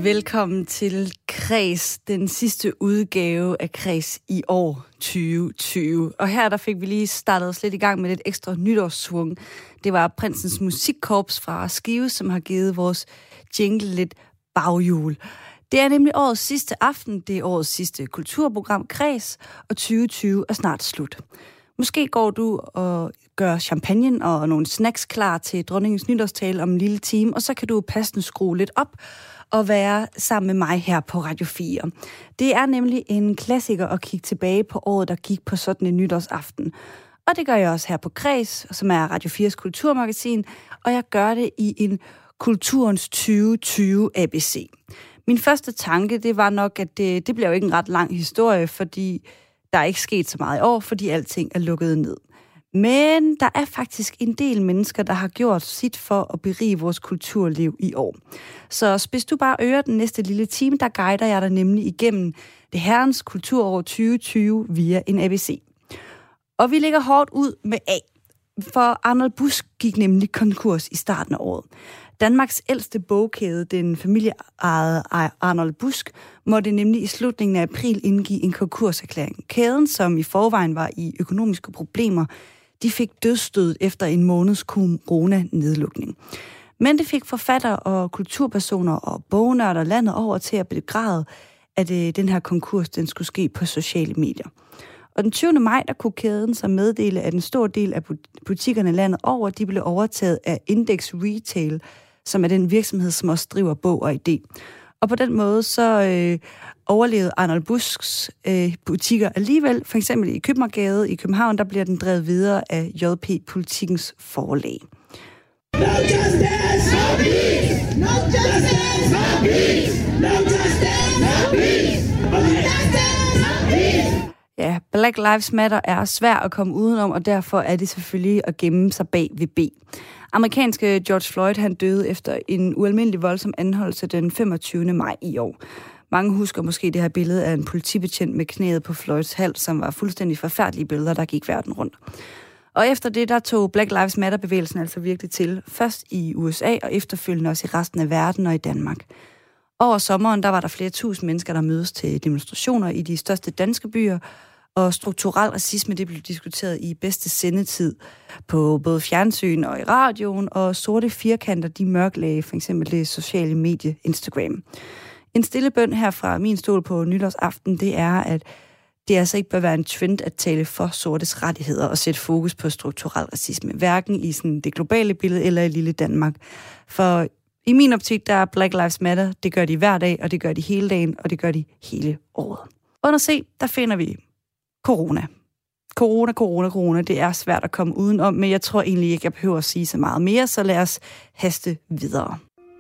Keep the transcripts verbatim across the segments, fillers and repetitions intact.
Velkommen til Kreds, den sidste udgave af Kreds i år tyve tyve. Og her der fik vi lige startet os lidt i gang med lidt ekstra nytårssvung. Det var Prinsens Musikkorps fra Skive, som har givet vores jingle lidt baghjul. Det er nemlig årets sidste aften, det er årets sidste kulturprogram Kreds, og tyve tyve er snart slut. Måske går du og gør champagne og nogle snacks klar til dronningens nytårstale om en lille time, og så kan du passende skrue lidt op og være sammen med mig her på Radio fire. Det er nemlig en klassiker at kigge tilbage på året, der gik på sådan en nytårsaften. Og det gør jeg også her på Kreds, som er Radio fires kulturmagasin, og jeg gør det i en Kulturens tyve tyve A B C. Min første tanke, det var nok, at det, det bliver jo ikke en ret lang historie, fordi der er ikke sket så meget i år, fordi alting er lukket ned. Men der er faktisk en del mennesker, der har gjort sit for at berige vores kulturliv i år. Så spids du bare ører den næste lille time, der guider jeg dig nemlig igennem det herrens kulturår tyve tyve via en A B C. Og vi ligger hårdt ud med A, for Arnold Busk gik nemlig konkurs i starten af året. Danmarks ældste bogkæde, den familieejede Arnold Busk, måtte nemlig i slutningen af april indgive en konkurserklæring. Kæden, som i forvejen var i økonomiske problemer, de fik dødsstødet efter en måneds corona-nedlukning. Men det fik forfattere og kulturpersoner og bognørder landet over til at begræde, at den her konkurs den skulle ske på sociale medier. Og den tyvende maj, der kunne kæden så meddele, at en stor del af butikkerne landet over, de blev overtaget af Index Retail, som er den virksomhed, som også driver Bog og Idé. Og på den måde så øh, overlevede Arnold Busks øh, butikker alligevel. For eksempel i Købmagergade i København, der bliver den drevet videre af J P Politikens forlag. No justice, no peace. No justice, no peace. No justice, no peace. No justice, no peace. Ja, Black Lives Matter er svært at komme udenom, og derfor er det selvfølgelig at gemme sig bag ved B. Amerikanske George Floyd, han døde efter en ualmindelig voldsom anholdelse den femogtyvende maj i år. Mange husker måske det her billede af en politibetjent med knæet på Floyds hals, som var fuldstændig forfærdelige billeder, der gik verden rundt. Og efter det, der tog Black Lives Matter-bevægelsen altså virkelig til. Først i U S A, og efterfølgende også i resten af verden og i Danmark. Over sommeren, der var der flere tusind mennesker, der mødes til demonstrationer i de største danske byer, og strukturel racisme, det blev diskuteret i bedste sendetid på både fjernsyn og i radioen, og sorte firkanter, de mørklagde, for eksempel det sociale medie Instagram. En stille bøn her fra min stol på nytårsaften, det er, at det altså ikke bør være en trend at tale for sortes rettigheder og sætte fokus på strukturel racisme, hverken i sådan det globale billede eller i lille Danmark. For i min optik, der er Black Lives Matter, det gør de hver dag, og det gør de hele dagen, og det gør de hele året. Under C, der finder vi corona. Corona, corona, corona, det er svært at komme udenom, men jeg tror egentlig ikke, jeg behøver at sige så meget mere, så lad os haste videre.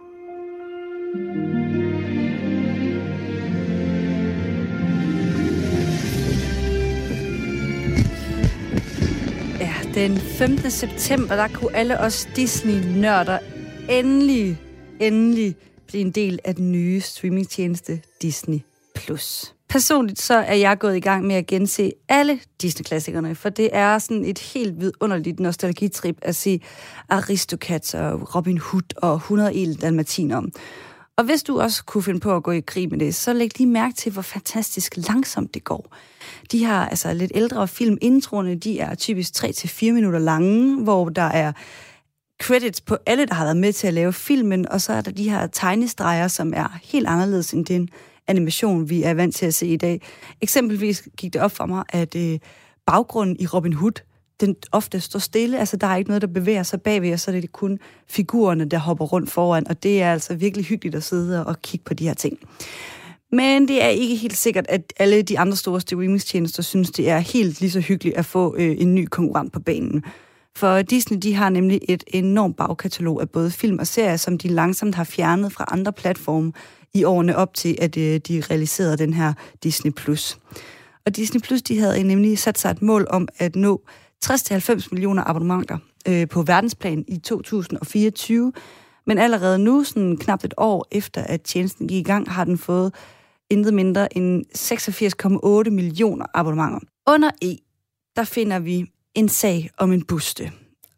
Ja, den femte september, der kunne alle os Disney-nørder endelig, endelig blive en del af den nye streamingtjeneste Disney plus. Personligt så er jeg gået i gang med at gense alle Disney-klassikerne, for det er sådan et helt vidunderligt nostalgitrip at se Aristocats og Robin Hood og hundrede og en dalmatiner. Og hvis du også kunne finde på at gå i krig med det, så læg lige mærke til, hvor fantastisk langsomt det går. De har altså lidt ældre film. Introerne, de er typisk tre til fire minutter lange, hvor der er credits på alle, der har været med til at lave filmen, og så er der de her tegnestreger, som er helt anderledes end den animation, vi er vant til at se i dag. Eksempelvis gik det op for mig, at øh, baggrunden i Robin Hood, den ofte står stille, altså der er ikke noget, der bevæger sig bagved, og så er det kun figurerne, der hopper rundt foran, og det er altså virkelig hyggeligt at sidde og kigge på de her ting. Men det er ikke helt sikkert, at alle de andre store streamingtjenester synes, det er helt lige så hyggeligt at få øh, en ny konkurrent på banen. For Disney, de har nemlig et enormt bagkatalog af både film og serier, som de langsomt har fjernet fra andre platforme i årene op til, at øh, de realiserede den her Disney plus. Og Disney plus, de havde nemlig sat sig et mål om at nå tres til halvfems millioner abonnementer øh, på verdensplan i to tusind og fireogtyve. Men allerede nu, sådan knap et år efter, at tjenesten gik i gang, har den fået intet mindre end seksogfirs komma otte millioner abonnementer. Under E, der finder vi en sag om en buste.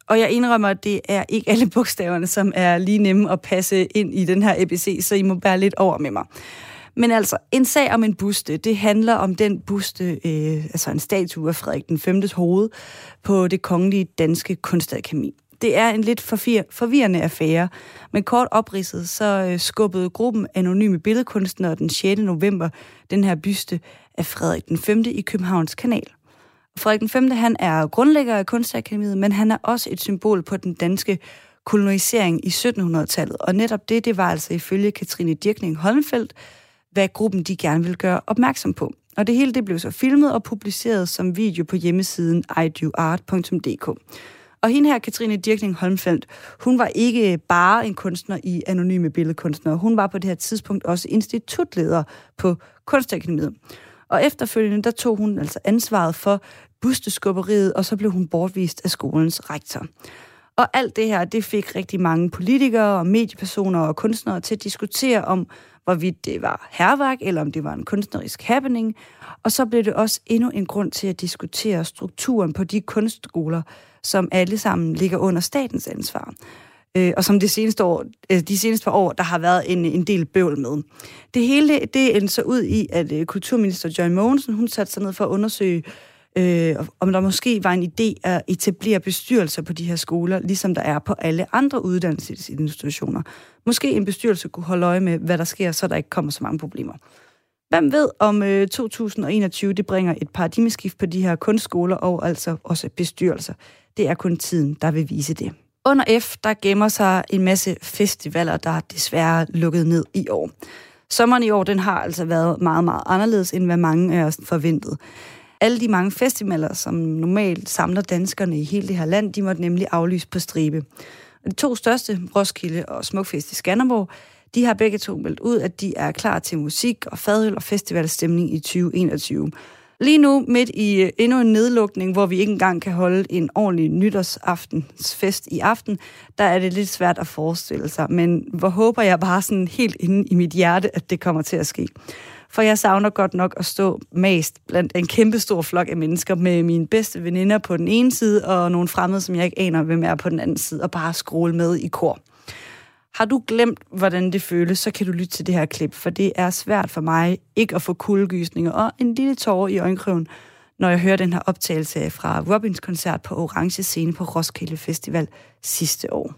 Og jeg indrømmer, at det er ikke alle bogstaverne, som er lige nemme at passe ind i den her A B C, så I må bære lidt over med mig. Men altså, en sag om en buste, det handler om den buste, øh, altså en statue af Frederik den femtes hoved på Det Kongelige Danske Kunstakademi. Det er en lidt forfir- forvirrende affære, men kort opridset, så øh, skubbede gruppen anonyme billedkunstnere den sjette november den her byste af Frederik den femte i Københavns Kanal. Frederik den femte, han er grundlægger af Kunstakademiet, men han er også et symbol på den danske kolonisering i syttenhundredetallet. Og netop det, det var altså ifølge Katrine Dirkning Holmfeldt, hvad gruppen de gerne vil gøre opmærksom på. Og det hele det blev så filmet og publiceret som video på hjemmesiden i do art punktum d k. Og hende her, Katrine Dirkning Holmfeldt, hun var ikke bare en kunstner i Anonyme Billedkunstnere. Hun var på det her tidspunkt også institutleder på Kunstakademiet. Og efterfølgende, der tog hun altså ansvaret for busteskubberiet, og så blev hun bortvist af skolens rektor. Og alt det her, det fik rigtig mange politikere og mediepersoner og kunstnere til at diskutere om, hvorvidt det var hærværk, eller om det var en kunstnerisk happening. Og så blev det også endnu en grund til at diskutere strukturen på de kunstskoler, som alle sammen ligger under statens ansvar. Og som de seneste, år, de seneste par år, der har været en, en del bøvl med. Det hele, det endte så ud i, at kulturminister Joy Mogensen, hun satte sig ned for at undersøge, øh, om der måske var en idé at etablere bestyrelser på de her skoler, ligesom der er på alle andre uddannelsesinstitutioner. Måske en bestyrelse kunne holde øje med, hvad der sker, så der ikke kommer så mange problemer. Hvem ved, om øh, to tusind og enogtyve det bringer et paradigmeskift på de her kunstskoler og altså også bestyrelser. Det er kun tiden, der vil vise det. Under F, der gemmer sig en masse festivaler, der desværre lukket ned i år. Sommeren i år, den har altså været meget, meget anderledes, end hvad mange af os forventede. Alle de mange festivaler, som normalt samler danskerne i hele det her land, de måtte nemlig aflyse på stribe. Og de to største, Roskilde og Smukfest i Skanderborg, de har begge to meldt ud, at de er klar til musik og fadøl og festivalstemning i tyve enogtyve. Lige nu, midt i endnu en nedlukning, hvor vi ikke engang kan holde en ordentlig nytårsaftensfest i aften, der er det lidt svært at forestille sig. Men hvor håber jeg bare sådan helt inde i mit hjerte, at det kommer til at ske. For jeg savner godt nok at stå mast blandt en kæmpe stor flok af mennesker med mine bedste veninder på den ene side, og nogle fremmede, som jeg ikke aner, hvem er på den anden side, og bare scrolle med i kor. Har du glemt, hvordan det føles, så kan du lytte til det her klip, for det er svært for mig ikke at få kuldegysninger og en lille tårer i øjenkrogen, når jeg hører den her optagelse fra Robins koncert på Orange Scene på Roskilde Festival sidste år.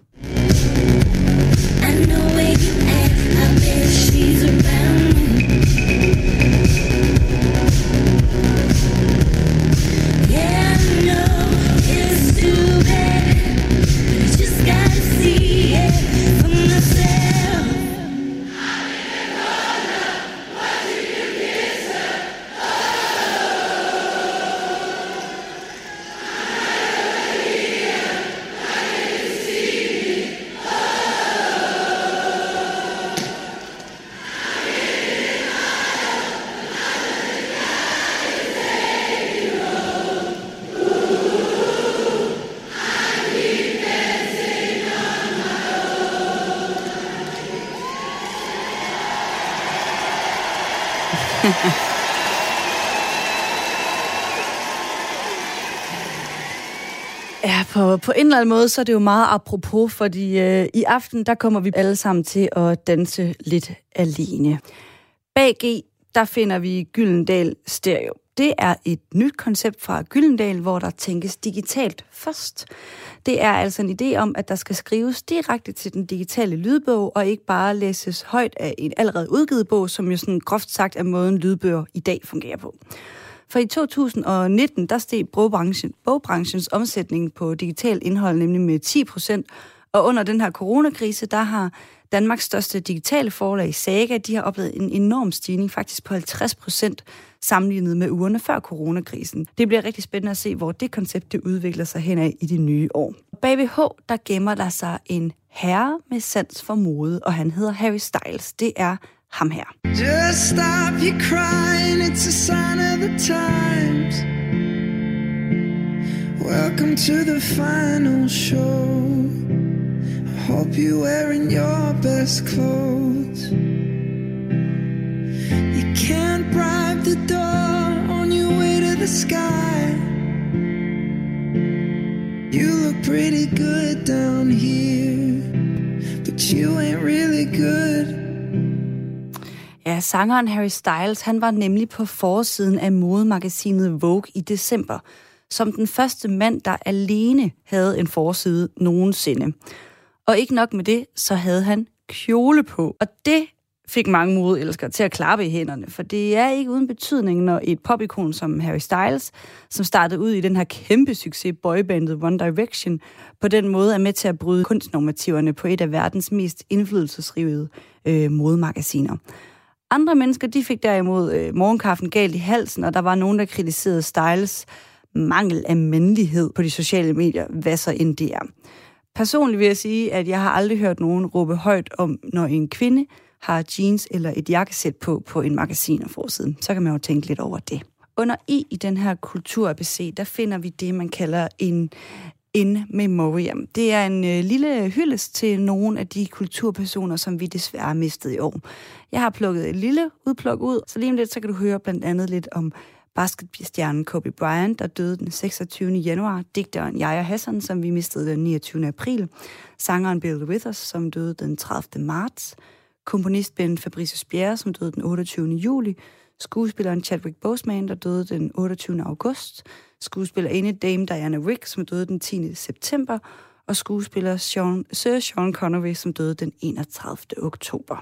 Ja, på, på en eller anden måde, så er det jo meget apropos, fordi øh, i aften, der kommer vi alle sammen til at danse lidt alene. Bag G, der finder vi Gyldendal Stereo. Det er et nyt koncept fra Gyldendal, hvor der tænkes digitalt først. Det er altså en idé om, at der skal skrives direkte til den digitale lydbog, og ikke bare læses højt af en allerede udgivet bog, som jo sådan groft sagt er måden lydbøger i dag fungerer på. For i to tusind og nitten, der steg bogbranchen, bogbranchens omsætning på digital indhold nemlig med ti procent, og under den her coronakrise, der har Danmarks største digitale forlag, Saga, de har oplevet en enorm stigning, faktisk på halvtreds procent sammenlignet med ugerne før coronakrisen. Det bliver rigtig spændende at se, hvor det koncept det udvikler sig henad i det nye år. Bag ved H, der gemmer der sig en herre med sans for mode, og han hedder Harry Styles. Det er ham her. Just stop your crying, it's a sign of the times. Welcome to the final show. I hope you're wearing your best clothes. You can't bribe the door on your way to the sky. You look pretty good down here, but you ain't really good. Ja, sangeren Harry Styles, han var nemlig på forsiden af modemagasinet Vogue i december, som den første mand, der alene havde en forside nogensinde. Og ikke nok med det, så havde han kjole på. Og det fik mange modeelskere til at klappe i hænderne, for det er ikke uden betydning, når et popikon som Harry Styles, som startede ud i den her kæmpe succes boybandet One Direction, på den måde er med til at bryde kunstnormativerne på et af verdens mest indflydelsesrige øh, modemagasiner. Andre mennesker, de fik derimod øh, morgenkaffen galt i halsen, og der var nogen, der kritiserede Styles mangel af mandlighed på de sociale medier, hvad så end det er. Personligt vil jeg sige, at jeg har aldrig hørt nogen råbe højt om, når en kvinde har jeans eller et jakkesæt på på en magasinerforside. Så kan man jo tænke lidt over det. Under I i den her kultur-A B C, der finder vi det, man kalder en in memoriam. Det er en øh, lille hyldest til nogle af de kulturpersoner, som vi desværre har mistet i år. Jeg har plukket et lille udpluk ud, så lige om lidt, så kan du høre blandt andet lidt om basketstjernen Kobe Bryant, der døde den seksogtyvende januar, digteren Yahya Hassan, som vi mistede den niogtyvende april, sangeren Bill Withers, som døde den tredivte marts, komponist Ben Fabricius Bjerre, som døde den otteogtyvende juli, skuespilleren Chadwick Boseman, der døde den otteogtyvende august, skuespillerinde Dame Diana Rigg, som døde den tiende september, og skuespiller Sean, Sir Sean Connery, som døde den enogtredivte oktober.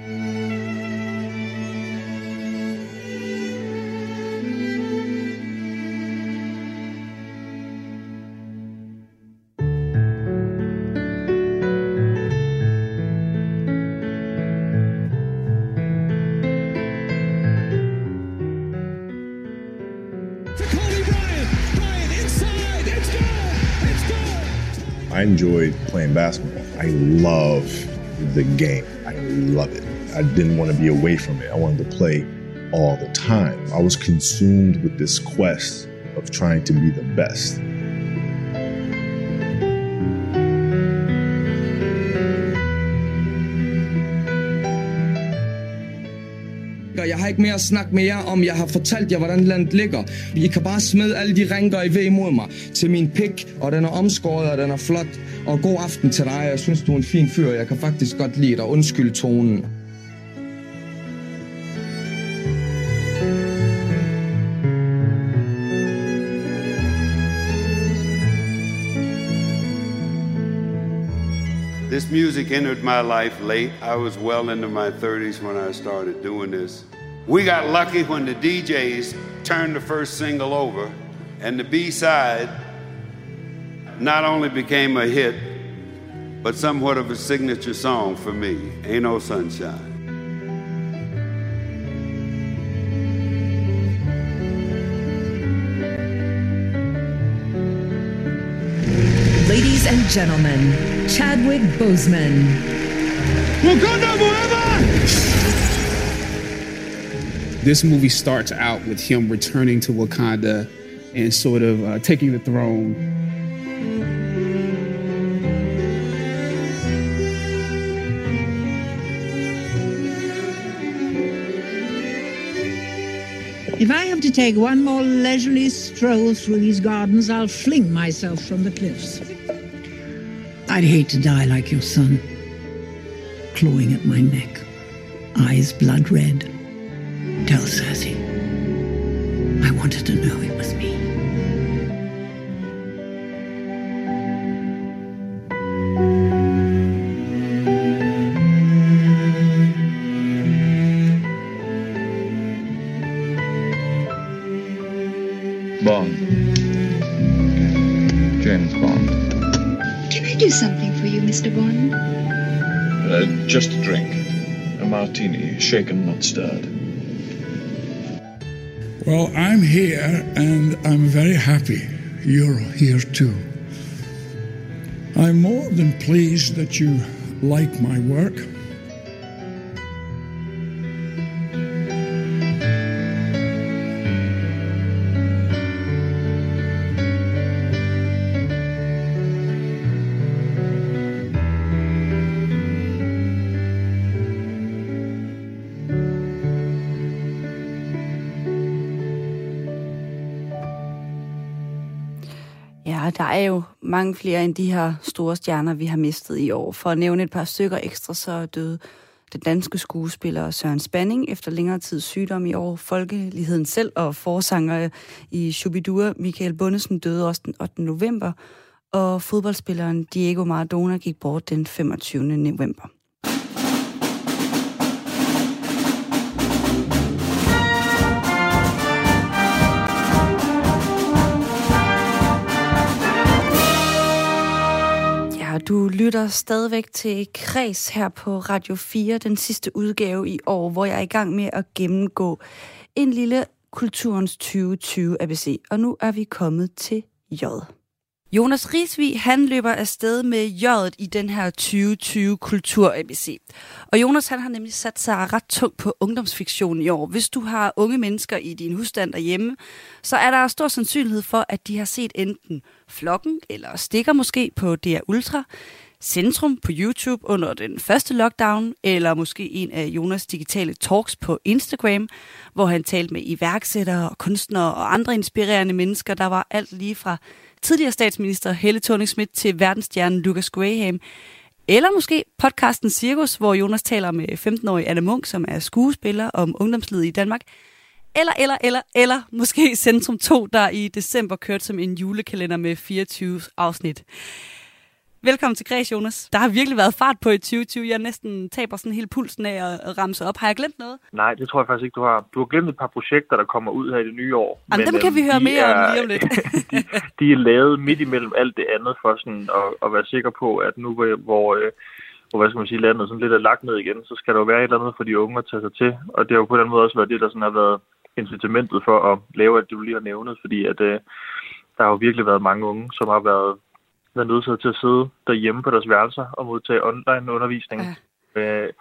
I enjoyed playing basketball. I love the game. I love it. I didn't want to be away from it. I wanted to play all the time. I was consumed with this quest of trying to be the best. Jeg har ikke mere at snakke med jer om. Jeg har fortalt jer, hvordan landet ligger. I kan bare smide alle de rinker, I ved imod mig til min pik, og den er omskåret, og den er flot. Og god aften til dig. Jeg synes, du er en fin fyr. Jeg kan faktisk godt lide dig. Undskyld tonen. This music entered my life late. I was well into my thirties when I started doing this. We got lucky when the D Js turned the first single over, and the B-side not only became a hit, but somewhat of a signature song for me, Ain't No Sunshine. Ladies and gentlemen, Chadwick Boseman. Wakanda forever! This movie starts out with him returning to Wakanda and sort of uh, taking the throne. If I have to take one more leisurely stroll through these gardens, I'll fling myself from the cliffs. I'd hate to die like your son, clawing at my neck, eyes blood red. Tell Cersei, I wanted to know it was me. Bond. James Bond. Can I do something for you, Mister Bond? Uh, just a drink. A martini, shaken, not stirred. Well, I'm here and I'm very happy you're here too. I'm more than pleased that you like my work. Ja, der er jo mange flere end de her store stjerner, vi har mistet i år. For at nævne et par stykker ekstra, så døde den danske skuespiller Søren Spanning efter længere tids sygdom i år. Folkeligheden selv og forsanger i Shubidua Michael Bundesen døde også den ottende november. Og fodboldspilleren Diego Maradona gik bort den femogtyvende november. Du lytter stadigvæk til Kreds her på Radio fire, den sidste udgave i år, hvor jeg er i gang med at gennemgå en lille Kulturens tyve tyve A B C. Og nu er vi kommet til J. Jonas Risvig, han løber afsted med J'et i den her tyve tyve Kultur A B C. Og Jonas, han har nemlig sat sig ret tungt på ungdomsfiktion i år. Hvis du har unge mennesker i din husstand derhjemme, så er der stor sandsynlighed for, at de har set enten Flokken eller Stikker måske på D R Ultra, Centrum på YouTube under den første lockdown, eller måske en af Jonas' digitale talks på Instagram, hvor han talte med iværksættere, kunstnere og andre inspirerende mennesker. Der var alt lige fra tidligere statsminister Helle Thorning-Schmidt til verdensstjernen Lucas Graham. Eller måske podcasten Cirkus, hvor Jonas taler med femten-årige Anne Munk, som er skuespiller, om ungdomslivet i Danmark. Eller, eller, eller, eller måske Centrum to, der i december kørte som en julekalender med fireogtyve afsnit. Velkommen til Kreds, Jonas. Der har virkelig været fart på i tyve tyve. Jeg næsten taber sådan hele pulsen af at ramse op. Har jeg glemt noget? Nej, det tror jeg faktisk ikke, du har. Du har glemt et par projekter, der kommer ud her i det nye år. Jamen, dem kan øhm, vi høre mere er, om lige om lidt. de, de er lavet midt imellem alt det andet for sådan at, at være sikker på, at nu hvor, hvor, hvor hvad skal man sige, landet sådan lidt er lagt ned igen, så skal der jo være et eller andet for de unge at tage sig til. Og det har jo på den måde også været det, der sådan har været incitamentet for at lave, at du lige har nævnet. Fordi at, øh, der har jo virkelig været mange unge, som har været været nødt til at sidde derhjemme på deres værelser og modtage online undervisning. Ja. Øh,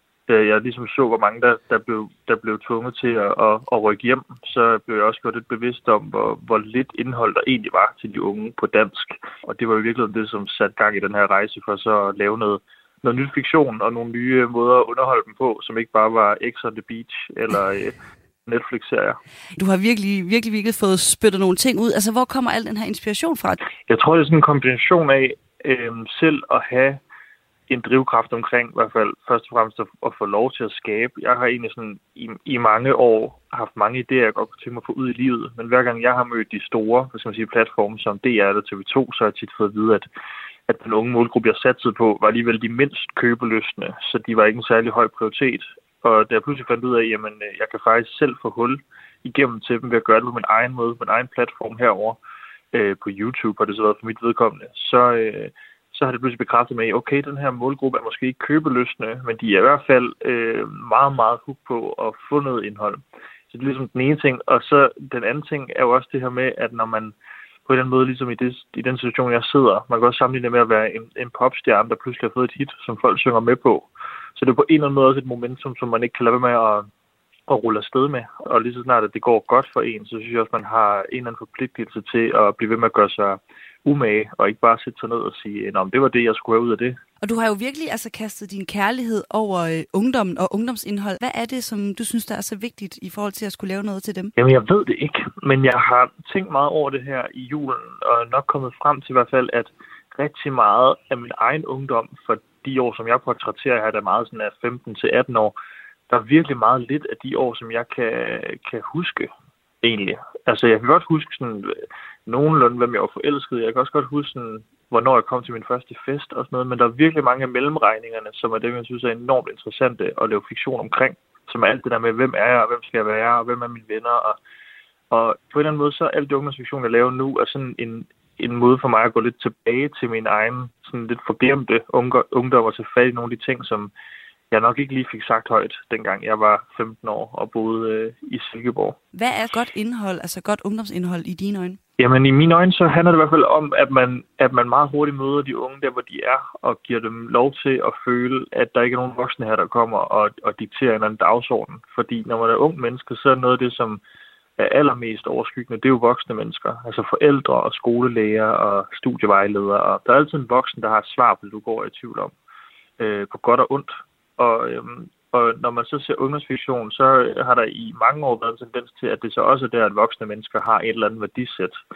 jeg ligesom så, hvor mange der, der, blev, der blev tvunget til at, at, at rykke hjem, så blev jeg også gjort lidt bevidst om, hvor, hvor lidt indhold der egentlig var til de unge på dansk. Og det var jo virkelig det, som satte gang i den her rejse for så at lave noget, noget nyt fiktion og nogle nye måder at underholde dem på, som ikke bare var X on the Beach eller Netflix-serier. Du har virkelig, virkelig, virkelig fået spyttet nogle ting ud. Altså, hvor kommer al den her inspiration fra? Jeg tror, det er sådan en kombination af øh, selv at have en drivkraft omkring, i hvert fald først og fremmest at, at få lov til at skabe. Jeg har egentlig sådan i, i mange år haft mange idéer, jeg godt kunne tænke mig at få ud i livet. Men hver gang jeg har mødt de store, hvad skal man sige, platforme som D R eller T V to, så har jeg tit fået at vide, at, at den unge målgruppe, jeg satsede på, var alligevel de mindst købelystne, så de var ikke en særlig høj prioritet. Og da jeg pludselig fandt ud af, at jamen, jeg kan faktisk selv få hul igennem til dem ved at gøre det på min egen måde, på min egen platform herover øh, på YouTube, har det så været for mit vedkommende, så, øh, så har det pludselig bekræftet mig, okay, den her målgruppe er måske ikke købelystne, men de er i hvert fald øh, meget, meget hooked på at få noget indhold. Så det er ligesom den ene ting. Og så den anden ting er jo også det her med, at når man på en eller anden måde, ligesom i, det, i den situation, jeg sidder, man kan også sammenligne det med at være en, en popstjerne, der pludselig har fået et hit, som folk synger med på. Så det er på en eller anden måde også et momentum, som man ikke kan lade være med at, at rulle afsted med. Og lige så snart, at det går godt for en, så synes jeg også, at man har en eller anden forpligtelse til at blive ved med at gøre sig umage, og ikke bare sætte sig ned og sige, at det var det, jeg skulle have ud af det. Og du har jo virkelig altså kastet din kærlighed over øh, ungdommen og ungdomsindhold. Hvad er det, som du synes, der er så vigtigt i forhold til at skulle lave noget til dem? Jamen, jeg ved det ikke, men jeg har tænkt meget over det her i julen, og nok kommet frem til i hvert fald, at rigtig meget af min egen ungdom, for de år, som jeg portrætterer her, der er meget sådan af femten til atten år, der er virkelig meget lidt af de år, som jeg kan, kan huske, egentlig. Altså, jeg kan godt huske sådan nogenlunde, hvem jeg var forelsket. Jeg kan også godt huske, sådan, hvornår jeg kom til min første fest og sådan noget, men der er virkelig mange af mellemregningerne, som er det, jeg synes er enormt interessante at lave fiktion omkring, som er alt det der med, hvem er jeg, og hvem skal jeg være, og hvem er mine venner, og, og på en eller anden måde, så er alt det ungdomsfiktion, jeg laver nu, er sådan en, en måde for mig at gå lidt tilbage til min egen, sådan lidt forglemte ungdom, og tage fat i nogle af de ting, som jeg nok ikke lige fik sagt højt, dengang jeg var femten år og boede øh, i Silkeborg. Hvad er godt indhold, altså godt ungdomsindhold i dine øjne? Jamen i mine øjne, så handler det i hvert fald om, at man, at man meget hurtigt møder de unge der, hvor de er, og giver dem lov til at føle, at der ikke er nogen voksne her, der kommer og, og dikterer en eller anden dagsorden. Fordi når man er ung menneske, så er noget af det, som er allermest overskyggende, det er jo voksne mennesker. Altså forældre og skolelæger og studievejledere. Og der er altid en voksen, der har et svar, du går i tvivl om, øh, på godt og ondt. Og, øhm, og når man så ser ungdomsfiktion, så har der i mange år været en tendens til, at det så også er der, at voksne mennesker har et eller andet værdisæt.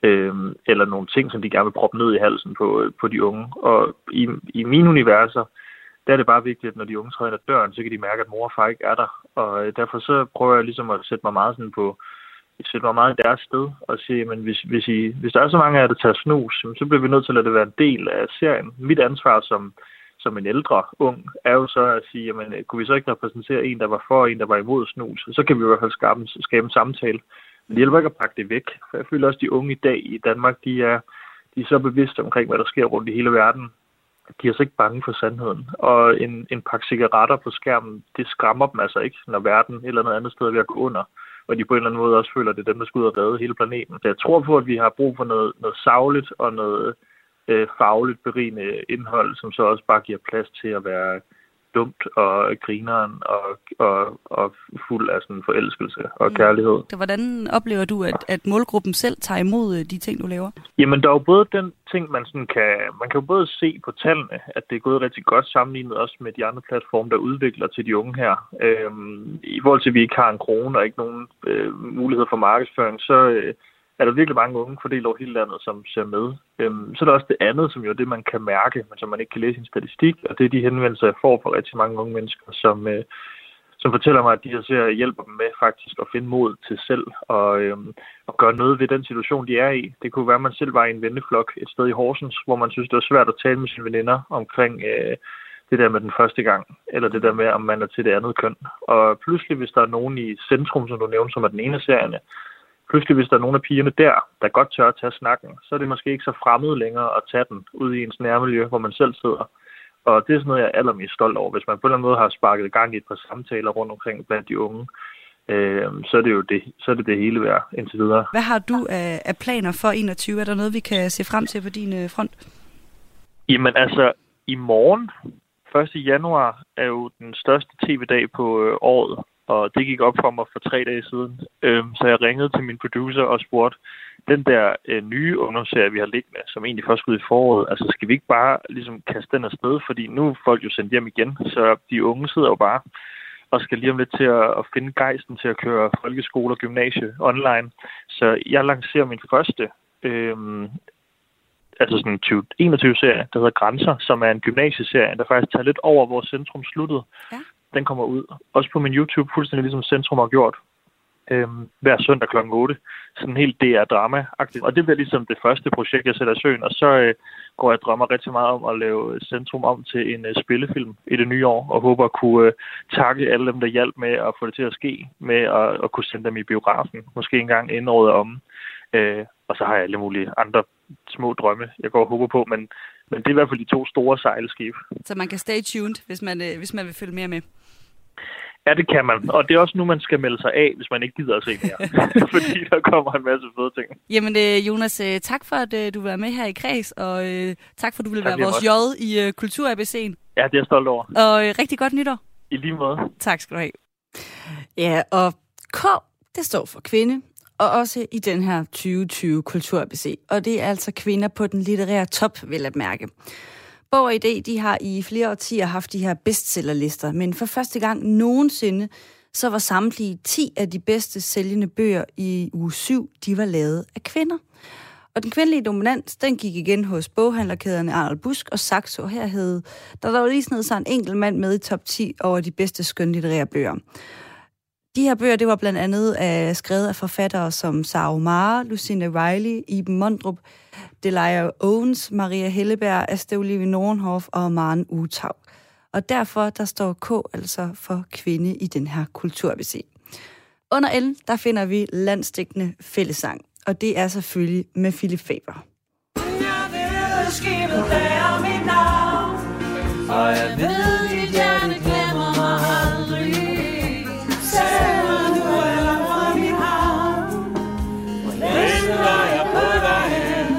Øhm, eller nogle ting, som de gerne vil proppe ned i halsen på, på de unge. Og i, i mine universer, der er det bare vigtigt, at når de unge træder ind ad døren, så kan de mærke, at mor og far ikke er der. Og derfor så prøver jeg ligesom at sætte mig meget sådan på, sætte mig meget i deres sted og sige, men hvis, hvis, I, hvis der er så mange af jer, der tager snus, så bliver vi nødt til at lade det være en del af serien. Mit ansvar som, som en ældre ung er jo så at sige, jamen, kunne vi så ikke repræsentere en, der var for, en, der var imod snus? Så kan vi i hvert fald skabe, skabe en samtale. Men det hjælper ikke at pakke det væk. For jeg føler også, at de unge i dag i Danmark, de er, de er så bevidste omkring, hvad der sker rundt i hele verden. De er så ikke bange for sandheden. Og en, en pakke cigaretter på skærmen, det skræmmer dem altså ikke, når verden et eller andet andet sted er ved at gå under. Og de på en eller anden måde også føler, at det er dem, der skal ud og redde hele planeten. Så jeg tror på, at vi har brug for noget, noget sagligt og noget øh, fagligt berigende indhold, som så også bare giver plads til at være dumt og grineren og, og, og fuld af sådan forelskelse og kærlighed. Så hvordan oplever du, at, at målgruppen selv tager imod de ting, du laver? Jamen, der er jo både den ting, man sådan kan... Man kan jo både se på tallene, at det er gået rigtig godt sammenlignet også med de andre platforme, der udvikler til de unge her. Øhm, I forhold til, at vi ikke har en krone og ikke nogen øh, mulighed for markedsføring, så... Øh, er der virkelig mange unge fordelt over hele landet, som ser med. Øhm, så er der også det andet, som jo er det, man kan mærke, men som man ikke kan læse i en statistik, og det er de henvendelser, jeg får fra rigtig mange unge mennesker, som, øh, som fortæller mig, at de her serier hjælper dem med faktisk at finde mod til selv og, øhm, og gøre noget ved den situation, de er i. Det kunne være, at man selv var i en venneflok et sted i Horsens, hvor man synes, det var svært at tale med sine veninder omkring øh, det der med den første gang, eller det der med, om man er til det andet køn. Og pludselig, hvis der er nogen i Centrum, som du nævnte, som er den ene af serierne, pludselig, hvis der er nogle af pigerne der, der godt tør at tage snakken, så er det måske ikke så fremmed længere at tage den ud i ens nærmiljø, hvor man selv sidder. Og det er sådan noget, jeg er allermest stolt over. Hvis man på en eller anden måde har sparket gang i et par samtaler rundt omkring blandt de unge, øh, så er det jo det, så er det, det hele værd indtil videre. Hvad har du af, af planer for enogtyve? Er der noget, vi kan se frem til på din front? Jamen altså, i morgen, første januar, er jo den største tv-dag på øh, året. Og det gik op for mig for tre dage siden. Øhm, så jeg ringede til min producer og spurgte, den der øh, nye ungdomsserie, vi har liggende, som egentlig først skulle ud i foråret, altså skal vi ikke bare ligesom kaste den afsted? Fordi nu er folk jo sendt hjem igen, så de unge sidder jo bare og skal lige om lidt til at, at finde gejsten til at køre folkeskole og gymnasie online. Så jeg lancerer min første øhm, altså sådan en tyve enogtyve-serie, der hedder Grænser, som er en gymnasieserie, der faktisk tager lidt over, hvor Centrum sluttede. Ja. Den kommer ud. Også på min YouTube, fuldstændig ligesom Centrum har gjort. Øhm, hver søndag klokken otte. Sådan helt D R-drama-agtigt. Og det bliver ligesom det første projekt, jeg sætter i søen. Og så øh, går jeg og drømmer rigtig meget om at lave Centrum om til en øh, spillefilm i det nye år. Og håber at kunne øh, takke alle dem, der hjalp med at få det til at ske. Med at, at kunne sende dem i biografen. Måske en gang inden året om. Øh, og så har jeg alle mulige andre små drømme, jeg går og håber på. Men, men det er i hvert fald de to store sejlskibe. Så man kan stay tuned, hvis man, øh, hvis man vil følge mere med. Ja, det kan man. Og det er også nu, man skal melde sig af, hvis man ikke gider at se mere. Fordi der kommer en masse fede ting. Jamen, øh, Jonas, øh, tak for, at øh, du var med her i Kreds, og øh, tak for, at du ville være vores J i øh, Kultur-A B C'en. Ja, det er jeg stolt over. Og øh, rigtig godt nytår. I lige måde. Tak skal du have. Ja, og K, det står for kvinde, og også i den her tyve tyve Kultur-A B C. Og det er altså kvinder på den litterære top, vil at mærke. Bog og Idé, de har i flere årtier haft de her bestsellerlister, men for første gang nogensinde, så var samtlige ti af de bedste sælgende bøger i uge syv, de var lavet af kvinder. Og den kvindelige dominans, den gik igen hos boghandlerkæderne Arnold Busk og Saxo. Her hed der var lige sådan så en enkelt mand med i top ti over de bedste skønlitterære bøger. De her bøger, det var blandt andet uh, skrevet af forfattere som Sara Omar, Lucinda Riley, Iben Mondrup, Delia Owens, Maria Helleberg, Asta Olivia Nordenhof og Maren Uthaug. Og derfor, der står K altså for kvinde i den her Kultur-A B C. Under L, der finder vi landsdækkende fællessang, og det er selvfølgelig med Philip Faber. Jeg ved, skibet bærer mit navn, og jeg ved, dit hjerte glemmer mig aldrig. Selvom du er fra min havn, hvor venter jeg på dig hen.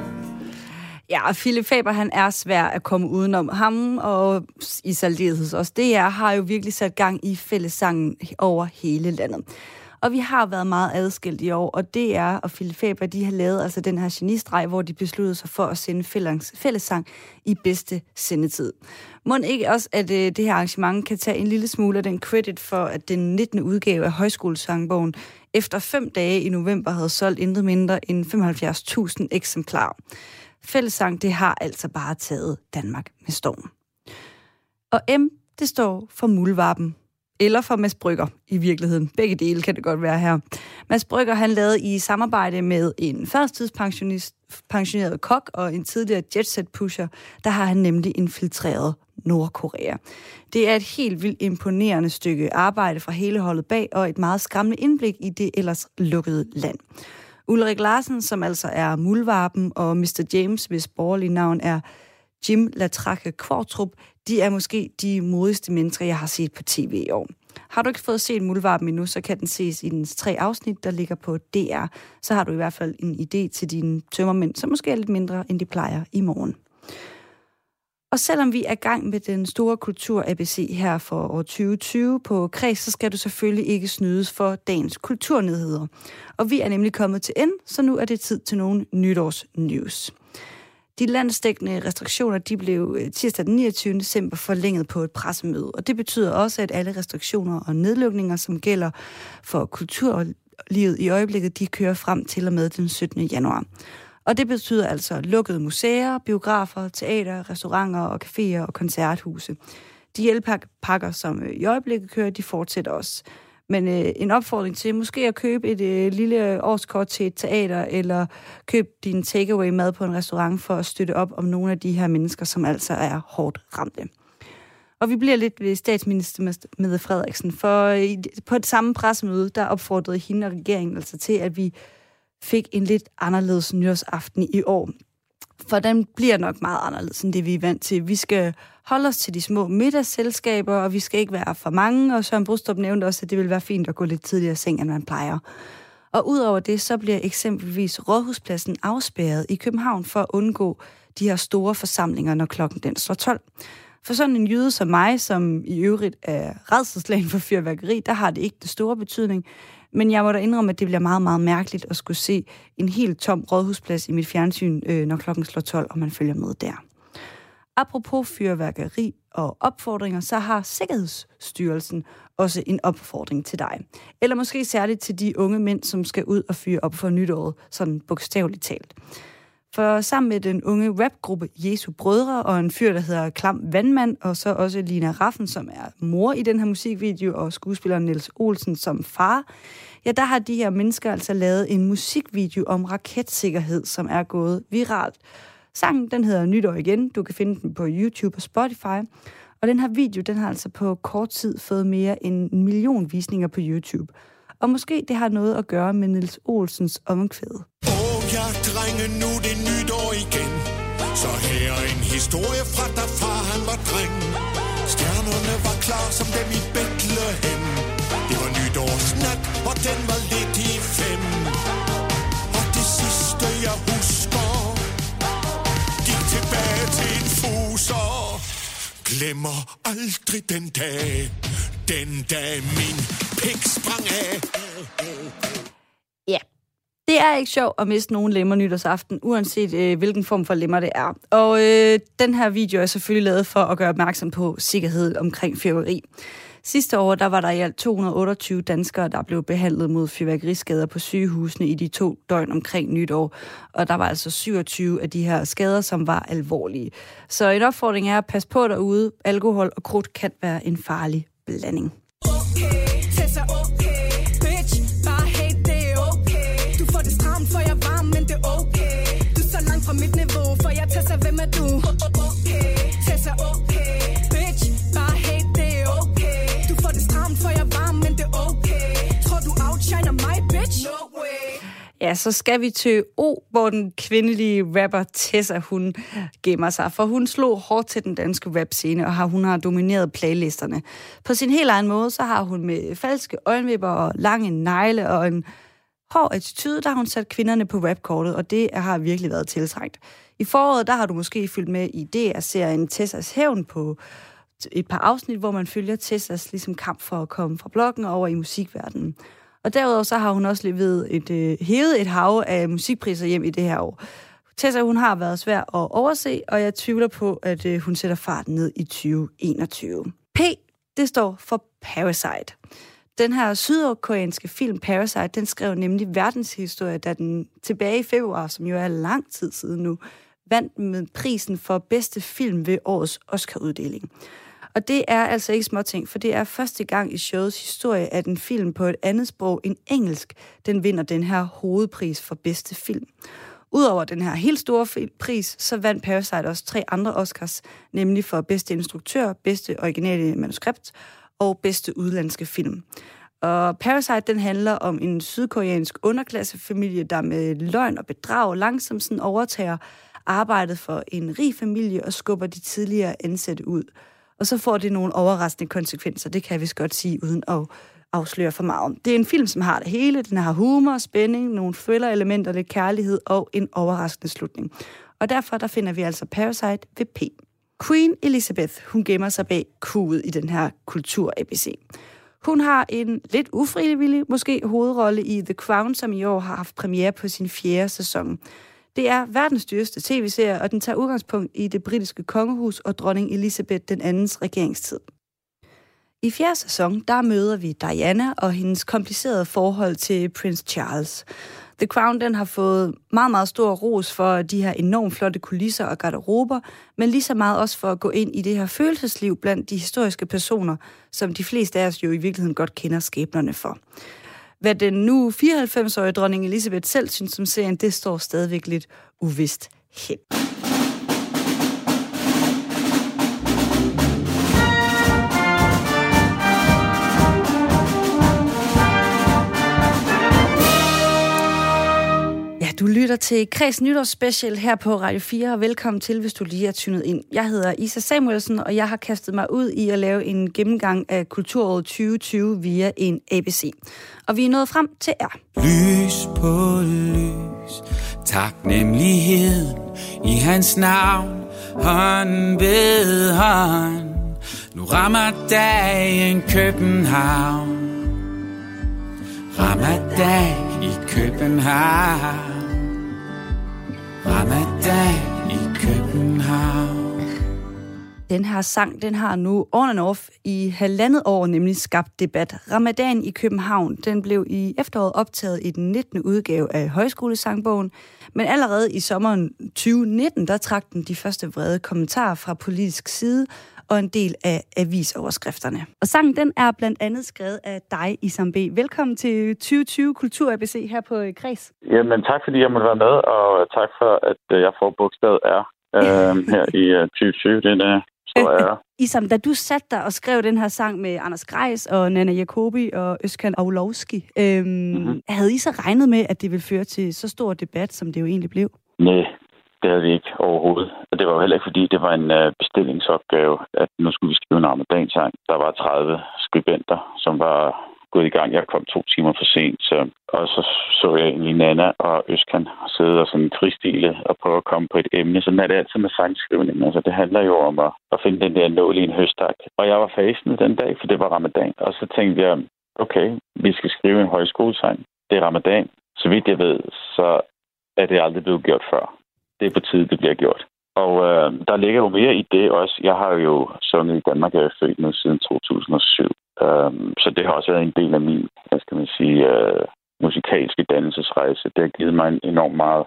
Ja, Philip Faber, han er svær at komme udenom. Ham og i særdeleshed også D R har jo virkelig sat gang i fællessangen over hele landet. Og vi har været meget adskilt i år, og D R og Philip Faber, de har lavet altså den her genistreg, hvor de besluttede sig for at sende fællessang i bedste sendetid. Må ikke også, at øh, det her arrangement kan tage en lille smule af den credit for, at den nittende udgave af Højskolesangbogen efter fem dage i november havde solgt intet mindre end femoghalvfjerds tusind eksemplarer. Fællessang, det har altså bare taget Danmark med storm. Og M, det står for muldvarpen. Eller for Mads Brügger i virkeligheden. Begge dele kan det godt være her. Mads Brügger, han lavede i samarbejde med en førstidspensioneret kok og en tidligere jetset-pusher, der har han nemlig infiltreret Nordkorea. Det er et helt vildt imponerende stykke arbejde fra hele holdet bag, og et meget skræmmende indblik i det ellers lukkede land. Ulrik Larsen, som altså er muldvarpen, og mister James, hvis borgerlige navn er Jim Latrakke Kvartrup, de er måske de modigste mennesker, jeg har set på tv i år. Har du ikke fået set Muldvarpen endnu, så kan den ses i dens tre afsnit, der ligger på D R. Så har du i hvert fald en idé til dine tømmermænd, som måske er lidt mindre, end de plejer i morgen. Og selvom vi er i gang med den store kultur-A B C her for år tyve tyve på Kreds, så skal du selvfølgelig ikke snydes for dagens kulturnyheder. Og vi er nemlig kommet til ende, så nu er det tid til nogle nytårsnews. De landsdækkende restriktioner, de blev tirsdag den niogtyvende december forlænget på et pressemøde, og det betyder også, at alle restriktioner og nedlukninger, som gælder for kulturlivet i øjeblikket, de kører frem til og med den syttende januar. Og det betyder altså lukkede museer, biografer, teater, restauranter og caféer og koncerthuse. De hjælpepakker, som i øjeblikket kører, de fortsætter også. Men øh, en opfordring til måske at købe et øh, lille årskort til et teater, eller køb din takeaway mad på en restaurant for at støtte op om nogle af de her mennesker, som altså er hårdt ramte. Og vi bliver lidt ved statsminister Mette Frederiksen, for i, på et samme pressemøde, der opfordrede hende og regeringen altså til, at vi fik en lidt anderledes nytårsaften i år. For den bliver nok meget anderledes end det, vi er vant til. Vi skal holde os til de små middagsselskaber, og vi skal ikke være for mange. Og Søren Brostrup nævnte også, at det vil være fint at gå lidt tidligere i seng, end man plejer. Og udover det, så bliver eksempelvis Rådhuspladsen afspærret i København for at undgå de her store forsamlinger, når klokken den slår tolv. For sådan en jyde som mig, som i øvrigt er rædselsslagen for fyrværkeri, der har det ikke den store betydning. Men jeg må da indrømme, at det bliver meget, meget mærkeligt at skulle se en helt tom rådhusplads i mit fjernsyn, øh, når klokken slår tolv, og man følger med der. Apropos fyrværkeri og opfordringer, så har Sikkerhedsstyrelsen også en opfordring til dig. Eller måske særligt til de unge mænd, som skal ud og fyre op for nytåret, sådan bogstaveligt talt. For sammen med den unge rapgruppe Jesu Brødre og en fyr, der hedder Klam Vandmand, og så også Lina Raffen, som er mor i den her musikvideo, og skuespilleren Niels Olsen som far, ja, der har de her mennesker altså lavet en musikvideo om raketsikkerhed, som er gået viralt. Sangen, den hedder Nytår igen. Du kan finde den på YouTube og Spotify. Og den her video, den har altså på kort tid fået mere end en million visninger på YouTube. Og måske det har noget at gøre med Niels Olsens omkvæd. Ja, drenge, nu det nytår igen. Så her er en historie fra da far han var dreng. Stjernerne var klar som dem i Bethlehem. Det var nytårsnat, og den var lidt i fem. Og det sidste jeg husker, gik tilbage til en fuser. Glemmer aldrig den dag, den dag min pik sprang af. Ja. Det er ikke sjovt at miste nogen lemmer nytårsaften, uanset øh, hvilken form for lemmer det er. Og øh, den her video er selvfølgelig lavet for at gøre opmærksom på sikkerhed omkring fyrværkeri. Sidste år der var der i alt to hundrede og otteogtyve danskere, der blev behandlet mod fyrværkeriskader på sygehusene i de to døgn omkring nytår. Og der var altså syvogtyve af de her skader, som var alvorlige. Så en opfordring er at passe på derude. Alkohol og krudt kan være en farlig blanding. Okay, Tessa, okay, bitch, bare hate det er okay. Du får det stramt, for jeg er varm, men det er okay. Du er så langt fra mit niveau, for jeg Tessa, hvem er du? Okay, Tessa, okay, bitch, bare hate det er okay. Du får det stramt, for jeg er varm, men det er okay. Tror du outshiner mig, bitch? No way. Ja, så skal vi til O, hvor den kvindelige rapper Tessa, hun gemmer sig. For hun slog hårdt til den danske rapscene, og har, hun har domineret playlisterne. På sin helt egen måde, så har hun med falske øjenvipper og lange negle og en hård attitude, der har hun sat kvinderne på rapkortet, og det har virkelig været tiltrængt. I foråret, der har du måske fyldt med i D R-serien Tessas Hævn på et par afsnit, hvor man følger Tessas ligesom kamp for at komme fra bloggen over i musikverdenen. Og derudover så har hun også levet et, øh, hævet et hav af musikpriser hjem i det her år. Tessa, hun har været svær at overse, og jeg tvivler på, at øh, hun sætter farten ned i tyve enogtyve. P, det står for Parasite. Den her sydkoreanske film Parasite, den skrev nemlig verdenshistorie, da den tilbage i februar, som jo er lang tid siden nu, vandt med prisen for bedste film ved årets Oscar-uddeling. Og det er altså ikke småting, for det er første gang i showets historie, at en film på et andet sprog end engelsk, den vinder den her hovedpris for bedste film. Udover den her helt store pris, så vandt Parasite også tre andre Oscars, nemlig for bedste instruktør, bedste originale manuskript og bedste udlandske film. Og Parasite, den handler om en sydkoreansk underklassefamilie, der med løgn og bedrag langsomt sådan overtager arbejdet for en rig familie og skubber de tidligere ansatte ud. Og så får det nogle overraskende konsekvenser, det kan jeg vist godt sige, uden at afsløre for meget. Det er en film, som har det hele. Den har humor, spænding, nogle thriller-elementer, lidt kærlighed og en overraskende slutning. Og derfor der finder vi altså Parasite ved P. Queen Elizabeth, hun gemmer sig bag Q'et i den her kultur-A B C. Hun har en lidt ufrivillig, måske hovedrolle i The Crown, som i år har haft premiere på sin fjerde sæson. Det er verdens dyreste tv-serie, og den tager udgangspunkt i det britiske kongehus og dronning Elizabeth den andens regeringstid. I fjerde sæson, der møder vi Diana og hendes komplicerede forhold til prins Charles. The Crown, den har fået meget, meget stor ros for de her enormt flotte kulisser og garderober, men lige så meget også for at gå ind i det her følelsesliv blandt de historiske personer, som de fleste af os jo i virkeligheden godt kender skæbnerne for. Hvad den nu fireoghalvfems-årige dronning Elizabeth selv synes om serien, det står stadigvæk lidt uvist hen. Du lytter til Kreds Nytårsspecial her på Radio fire, og velkommen til, hvis du lige er tunet ind. Jeg hedder Isa Samuelsen, og jeg har kastet mig ud i at lave en gennemgang af kulturåret tyve tyve via en A B C. Og vi er nået frem til R. Lys på lys, taknemmeligheden i hans navn, hånd ved hånd. Nu rammer dagen København, Ramadan i København. Ramadan i København. Den her sang, den har nu on and off i halvandet år nemlig skabt debat. Ramadan i København, den blev i efteråret optaget i den nittende udgave af Højskolesangbogen, men allerede i sommeren tyve nitten, der trak den de første vrede kommentarer fra politisk side og en del af avisoverskrifterne. Og sangen, den er blandt andet skrevet af dig, Isam B. Velkommen til tyve tyve Kultur A B C her på Kreds. Jamen tak, fordi jeg måtte være med, og tak for, at jeg får bogstavet R øh, her i tyve tyve. Det er så er. Isam, da du satte dig og skrev den her sang med Anders Grejs og Nana Jacobi og Özkan Aulowski, øhm, mm-hmm. havde I så regnet med, at det ville føre til så stor debat, som det jo egentlig blev? Nej, det havde vi ikke overhovedet. Og det var jo heller ikke, fordi det var en uh, bestillingsopgave, at nu skulle vi skrive en Ramadan-sang. Der var tredive skribenter, som var gået i gang. Jeg kom to timer for sent, så, og så så jeg egentlig Nana og Özkan sidde og sådan fristile og prøve at komme på et emne. Sådan er det altid med sangskrivning. Altså, det handler jo om at, at finde den der nål i en høstak. Og jeg var fasende den dag, for det var Ramadan. Og så tænkte jeg, okay, vi skal skrive en højskolesang. Det er Ramadan. Så vidt jeg ved, så er det aldrig blevet gjort før. Det er på tide, det bliver gjort. Og øh, der ligger jo mere i det også. Jeg har jo sunget i Danmark, jeg er født nu siden to tusind og syv. Um, så det har også været en del af min, hvad skal man sige, uh, musikalske dannelsesrejse. Det har givet mig en enormt meget.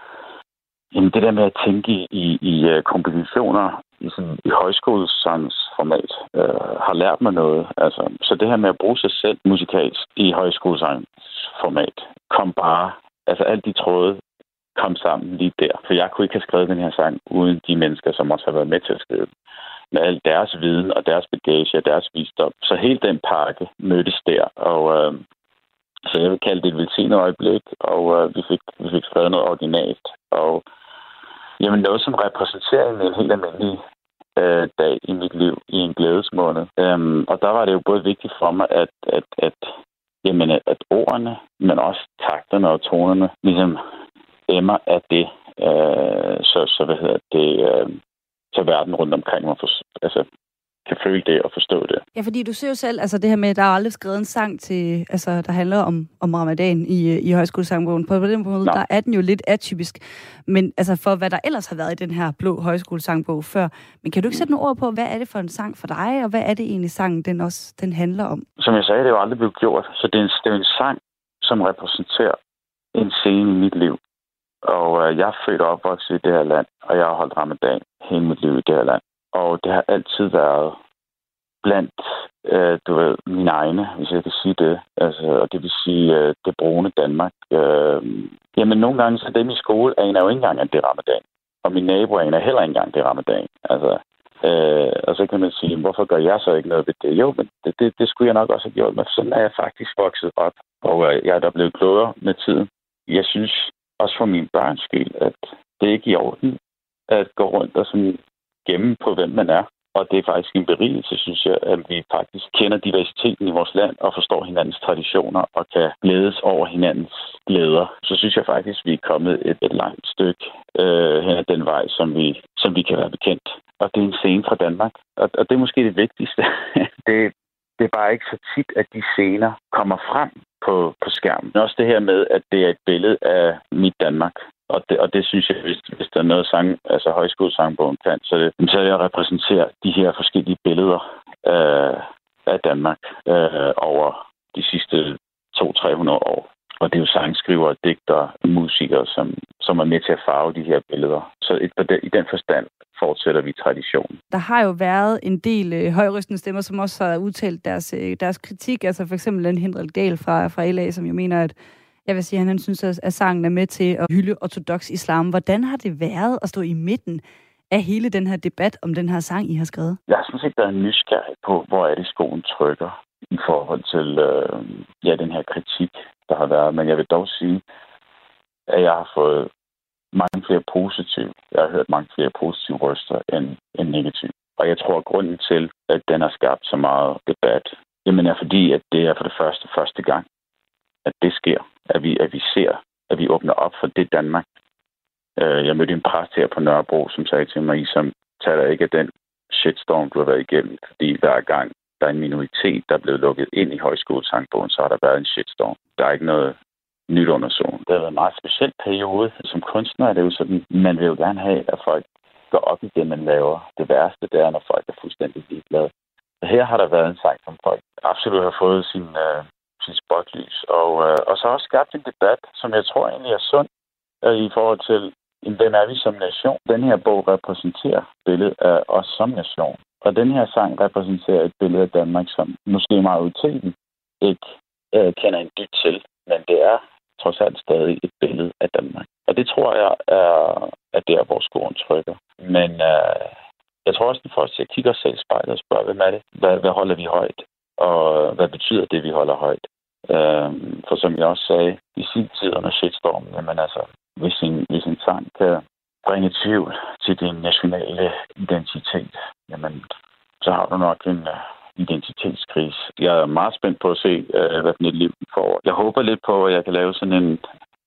Jamen, det der med at tænke i, i, i uh, kompositioner i, sådan, i højskolesangsformat uh, har lært mig noget. Altså, så det her med at bruge sig selv musikalsk i højskolesangsformat kom bare, altså alle de tråde kom sammen lige der. For jeg kunne ikke have skrevet den her sang uden de mennesker, som også har været med til at skrive den. Med al deres viden og deres bagage og deres visdom. Så hele den pakke mødtes der, og øh, så jeg vil kalde det et velsignet øjeblik, og øh, vi, fik, vi fik skrevet noget originalt, og jamen noget, som repræsenterer en helt almindelig øh, dag i mit liv, i en glædesmåned. Øhm, og der var det jo både vigtigt for mig, at, at, at, jamen, at ordene, men også takterne og tonerne, ligesom emmer af det, øh, så, så hvad hedder det, øh, så verden rundt omkring mig for, altså, kan føle det og forstå det. Ja, fordi du ser jo selv, altså det her med, at der er aldrig skrevet en sang til, altså der handler om, om ramadan i, i højskolesangbogen. På den måde, der er den jo lidt atypisk. Men altså for hvad der ellers har været i den her blå højskolesangbog før. Men kan du ikke sætte nogle ord på, hvad er det for en sang for dig, og hvad er det egentlig sangen, den også den handler om? Som jeg sagde, det er jo aldrig blevet gjort. Så det er en, det er en sang, som repræsenterer en scene i mit liv. Og øh, jeg er født og opvokset i det her land, og jeg har holdt ramadan hele mit liv i det her land. Og det har altid været blandt, øh, du ved, mine egne, hvis jeg kan sige det. Altså, og det vil sige øh, det brune Danmark. Øh, jamen, nogle gange så dem i skole aner jo ikke engang, at det er ramadan. Og mine naboer aner heller ikke engang, at det er ramadan. Altså, øh, og så kan man sige, hvorfor gør jeg så ikke noget ved det? Jo, men det, det, det skulle jeg nok også have gjort. Men sådan er jeg faktisk vokset op. Og øh, jeg er da blevet klogere med tiden. Jeg synes også for mine børns skyld, at det er ikke i orden at gå rundt og sådan gemme på, hvem man er. Og det er faktisk en berigelse, synes jeg, at vi faktisk kender diversiteten i vores land og forstår hinandens traditioner og kan glædes over hinandens glæder. Så synes jeg faktisk, at vi er kommet et, et langt stykke øh, hen ad den vej, som vi, som vi kan være bekendt. Og det er en scene fra Danmark. Og, og det er måske det vigtigste. det, det er bare ikke så tit, at de scener kommer frem på, på skærmen. Men også det her med, at det er et billede af mit Danmark. Og det, og det synes jeg, hvis, hvis der er noget sang, altså højskolesangbogen kan, så, det, så jeg repræsenterer de her forskellige billeder øh, af Danmark øh, over de sidste to til tre hundrede år. Og det er jo sangskrivere, digtere, musikere, som, som er med til at farve de her billeder. Så et, i den forstand fortsætter vi traditionen. Der har jo været en del øh, højrystende stemmer, som også har udtalt deres, øh, deres kritik. Altså for eksempel den Henrik Dahl fra, fra L A, som jo mener, at jeg vil sige, at han synes, at sangen er med til at hylde ortodoks islam. Hvordan har det været at stå i midten af hele den her debat om den her sang, I har skrevet? Jeg har sådan set været nysgerrig på, hvor er det skoen trykker i forhold til øh, ja, den her kritik, der har været. Men jeg vil dog sige, at jeg har fået mange flere positive. Jeg har hørt mange flere positive røster end, end negative. Og jeg tror, at grunden til, at den har skabt så meget debat, jamen er fordi, at det er for det første første gang, at det sker. At vi, at vi ser, at vi åbner op for det Danmark. Jeg mødte en præst her på Nørrebro, som sagde til mig, som taler ikke af den shitstorm, du har været igennem. Fordi hver gang der er en minoritet, der er blevet lukket ind i højskolesangbogen, så har der været en shitstorm. Der er ikke noget nyt under solen. Det har været en meget speciel periode. Som kunstner er det jo sådan, man vil jo gerne have, at folk går op i det, man laver. Det værste, det er, når folk er fuldstændig ligeglade. Så her har der været en sang, som folk absolut har fået sin... Øh, sit spotlys. Og, øh, og så også skabt en debat, som jeg tror egentlig er sund øh, i forhold til, hvem er vi som nation. Den her bog repræsenterer billedet af os som nation. Og den her sang repræsenterer et billede af Danmark, som måske majoriteten ikke øh, kender en dybt til. Men det er trods alt stadig et billede af Danmark. Og det tror jeg er, at det er, hvor skoen trykker. Men øh, jeg tror også, at folk skal kigge os selv i spejlet og spørge, hvem er det? Hvad, hvad holder vi højt? Og hvad betyder det, vi holder højt? Øhm, for som jeg også sagde, i sin tid under shitstormen, jamen altså, hvis en, hvis en sang kan bringe tvivl til din nationale identitet, jamen, så har du nok en uh, identitetskrise. Jeg er meget spændt på at se, uh, hvad den et liv får. Jeg håber lidt på, at jeg kan lave sådan en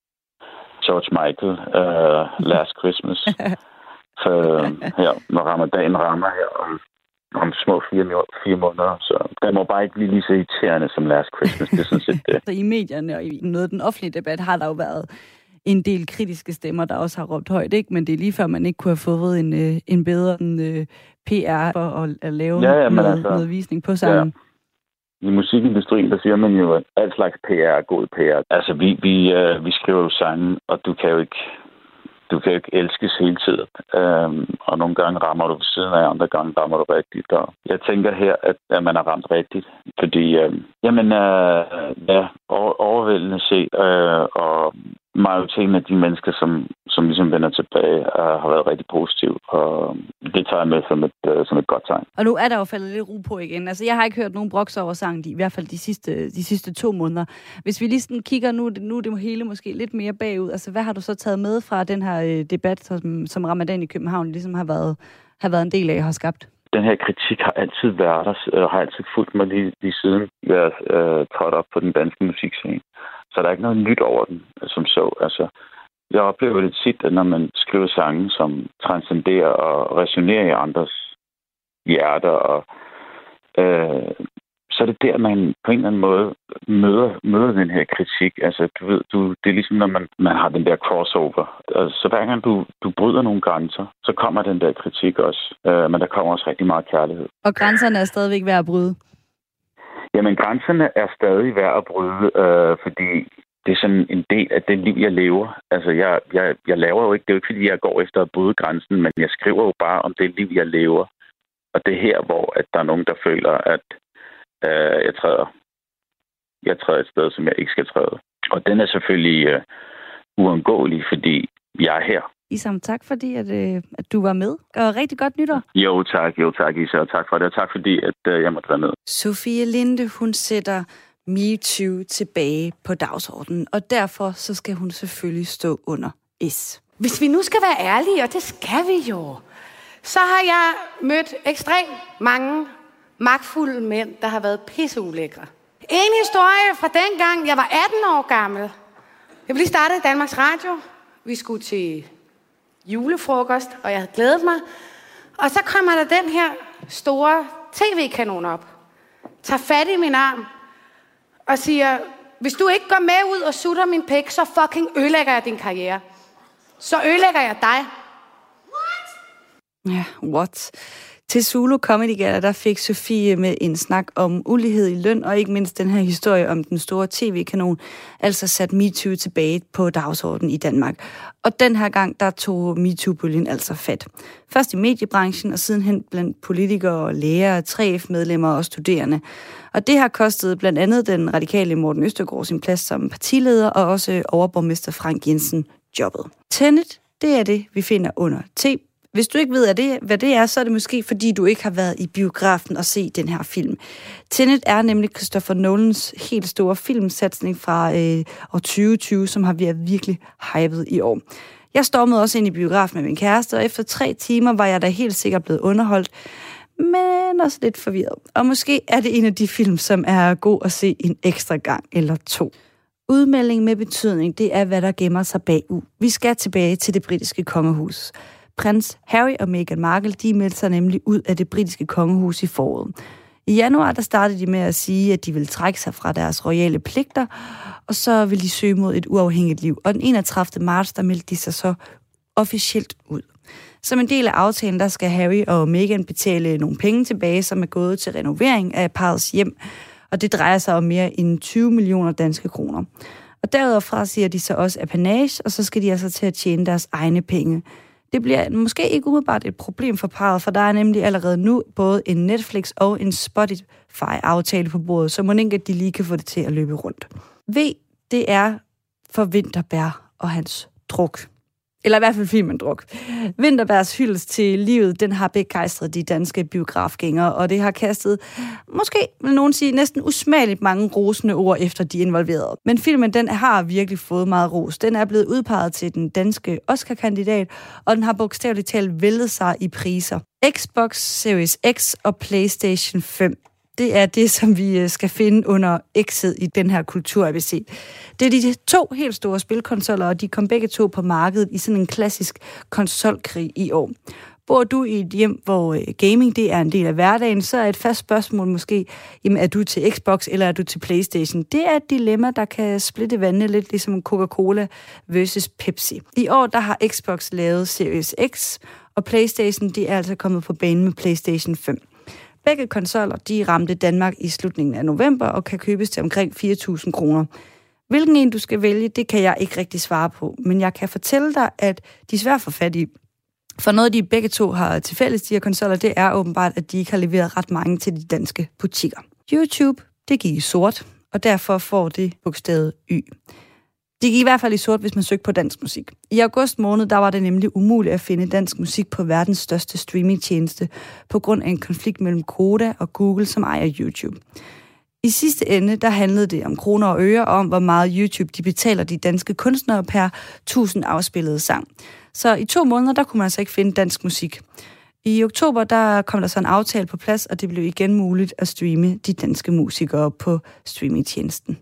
George Michael uh, Last Christmas. Så her, når ramadanen rammer her om om små fire, fire måneder, så den må bare ikke blive lige så irriterende som Last Christmas. Det er sådan set det. Så i medierne og i noget af den offentlige debat har der jo været en del kritiske stemmer, der også har råbt højt, ikke? Men det er lige før, man ikke kunne have fået en, en bedre en, uh, P R for at, at lave ja, ja, noget, altså, noget visning på sangen. Ja. I musikindustrien, der siger man jo, at alt slags P R er god P R. Altså, vi, vi, uh, vi skriver jo sangen, og du kan jo ikke Du kan ikke elskes hele tiden, øhm, og nogle gange rammer du ved siden af, andre gange rammer du rigtigt. Og jeg tænker her, at, at man har ramt rigtigt, fordi øhm, jamen, øh, ja, over, overvældende set, øh, og majoriteten af de mennesker, som, som ligesom vender tilbage, øh, har været rigtig positive, og det tager jeg med som et, øh, som et godt tegn. Og nu er der jo faldet lidt ro på igen. Altså, jeg har ikke hørt nogen broks over sangen, i hvert fald de sidste, de sidste to måneder. Hvis vi lige sådan kigger nu, nu er det hele måske lidt mere bagud. Altså, hvad har du så taget med fra den her øh, debat, som, som Ramadan i København ligesom har været, har været en del af og har skabt? Den her kritik har altid været der, og har altid fulgt mig lige, lige siden været øh, trådt op på den danske musikscene. Så der er ikke noget nyt over den, som så. Altså, jeg oplever det tit, at når man skriver sange, som transcenderer og resonerer i andres hjerter og øh, så er det der, man på en eller anden måde møder, møder den her kritik. Altså, du ved, du, det er ligesom, når man, man har den der crossover. Altså, så hver gang du, du bryder nogle grænser, så kommer den der kritik også. Øh, men der kommer også rigtig meget kærlighed. Og grænserne er stadigvæk værd at bryde? Jamen, grænserne er stadig værd at bryde, øh, fordi det er sådan en del af det liv, jeg lever. Altså, jeg, jeg, jeg laver jo ikke, det er jo ikke, fordi jeg går efter at bryde grænsen, men jeg skriver jo bare om det liv, jeg lever. Og det er her, hvor at der er nogen, der føler, at øh, jeg træder jeg træder et sted, som jeg ikke skal træde. Og den er selvfølgelig øh, uundgåelig, fordi jeg er her. Isam, tak fordi, at, øh, at du var med. Og rigtig godt nytår. Jo, tak. Jo, tak, Isa. Og tak for det. Og tak fordi, at øh, jeg måtte være med. Sofie Linde, hun sætter MeToo tilbage på dagsordenen, og derfor så skal hun selvfølgelig stå under S. Hvis vi nu skal være ærlige, og det skal vi jo, så har jeg mødt ekstremt mange magtfulde mænd, der har været pisseulækre. En historie fra dengang, jeg var atten år gammel. Jeg ville lige starte i Danmarks Radio. Vi skulle til julefrokost, og jeg havde glædet mig. Og så kommer der den her store tv-kanon op, tager fat i min arm og siger, hvis du ikke går med ud og sutter min pik, så fucking ødelægger jeg din karriere. Så ødelægger jeg dig. What? Ja, what? Til Zulu Comedy Gala, der fik Sofie med en snak om ulighed i løn, og ikke mindst den her historie om den store tv-kanon, altså sat MeToo tilbage på dagsordenen i Danmark. Og den her gang, der tog MeToo-bølgen altså fat. Først i mediebranchen, og sidenhen blandt politikere, læger, tre F-medlemmer og studerende. Og det har kostet blandt andet den radikale Morten Østergaard sin plads som partileder, og også overborgmester Frank Jensen jobbet. Tenet, det er det, vi finder under T. Hvis du ikke ved, det, hvad det er, så er det måske, fordi du ikke har været i biografen og set den her film. Tenet er nemlig Christopher Nolans helt store filmsatsning fra øh, år tyve tyve, som har været virkelig hypet i år. Jeg stormede også ind i biografen med min kæreste, og efter tre timer var jeg da helt sikkert blevet underholdt, men også lidt forvirret. Og måske er det en af de film, som er god at se en ekstra gang eller to. Udmelding med betydning, det er, hvad der gemmer sig bagud. Vi skal tilbage til det britiske kongehus. Prins Harry og Meghan Markle, de meldte sig nemlig ud af det britiske kongehus i foråret. I januar, der startede de med at sige, at de ville trække sig fra deres royale pligter, og så ville de søge mod et uafhængigt liv. Og den enogtredivte marts, der meldte de sig så officielt ud. Som en del af aftalen, der skal Harry og Meghan betale nogle penge tilbage, som er gået til renovering af parrets hjem, og det drejer sig om mere end tyve millioner danske kroner. Og derudover siger de så også apanage, og så skal de altså til at tjene deres egne penge. Det bliver måske ikke umiddelbart et problem for parret, for der er nemlig allerede nu både en Netflix og en Spotify-aftale på bordet, så man ikke, at de lige kan få det til at løbe rundt. V, det er for Vinterberg og hans druk. Eller i hvert fald filmen druk. Vinterbergs hyldest til livet, den har begejstret de danske biografgængere, og det har kastet, måske vil nogen sige, næsten usmageligt mange rosende ord efter de involverede. Men filmen, den har virkelig fået meget ros. Den er blevet udpeget til den danske Oscar-kandidat, og den har bogstaveligt talt væltet sig i priser. Xbox Series X og PlayStation fem. Det er det, som vi skal finde under X'et i den her kultur-A B C. Det er de to helt store spilkonsoller, og de kom begge to på markedet i sådan en klassisk konsolkrig i år. Bor du i et hjem, hvor gaming det er en del af hverdagen, så er et fast spørgsmål måske, jamen er du til Xbox eller er du til PlayStation? Det er et dilemma, der kan splitte vandene lidt, ligesom Coca-Cola versus Pepsi. I år der har Xbox lavet Series X, og PlayStation de er altså kommet på banen med PlayStation fem. Begge konsoller, de ramte Danmark i slutningen af november og kan købes til omkring fire tusind kroner. Hvilken en du skal vælge, det kan jeg ikke rigtig svare på, men jeg kan fortælle dig, at de er svært at få fat i. For noget, de begge to har til fælles, de her konsoller, det er åbenbart, at de ikke har leveret ret mange til de danske butikker. YouTube, det gik i sort, og derfor får det bogstavet Y. Det gik i hvert fald i sort, hvis man søgte på dansk musik. I august måned, der var det nemlig umuligt at finde dansk musik på verdens største streamingtjeneste, på grund af en konflikt mellem Koda og Google, som ejer YouTube. I sidste ende, der handlede det om kroner og øre, om hvor meget YouTube de betaler de danske kunstnere per tusind afspillede sang. Så i to måneder, der kunne man altså ikke finde dansk musik. I oktober, der kom der så en aftale på plads, og det blev igen muligt at streame de danske musikere på streamingtjenesten.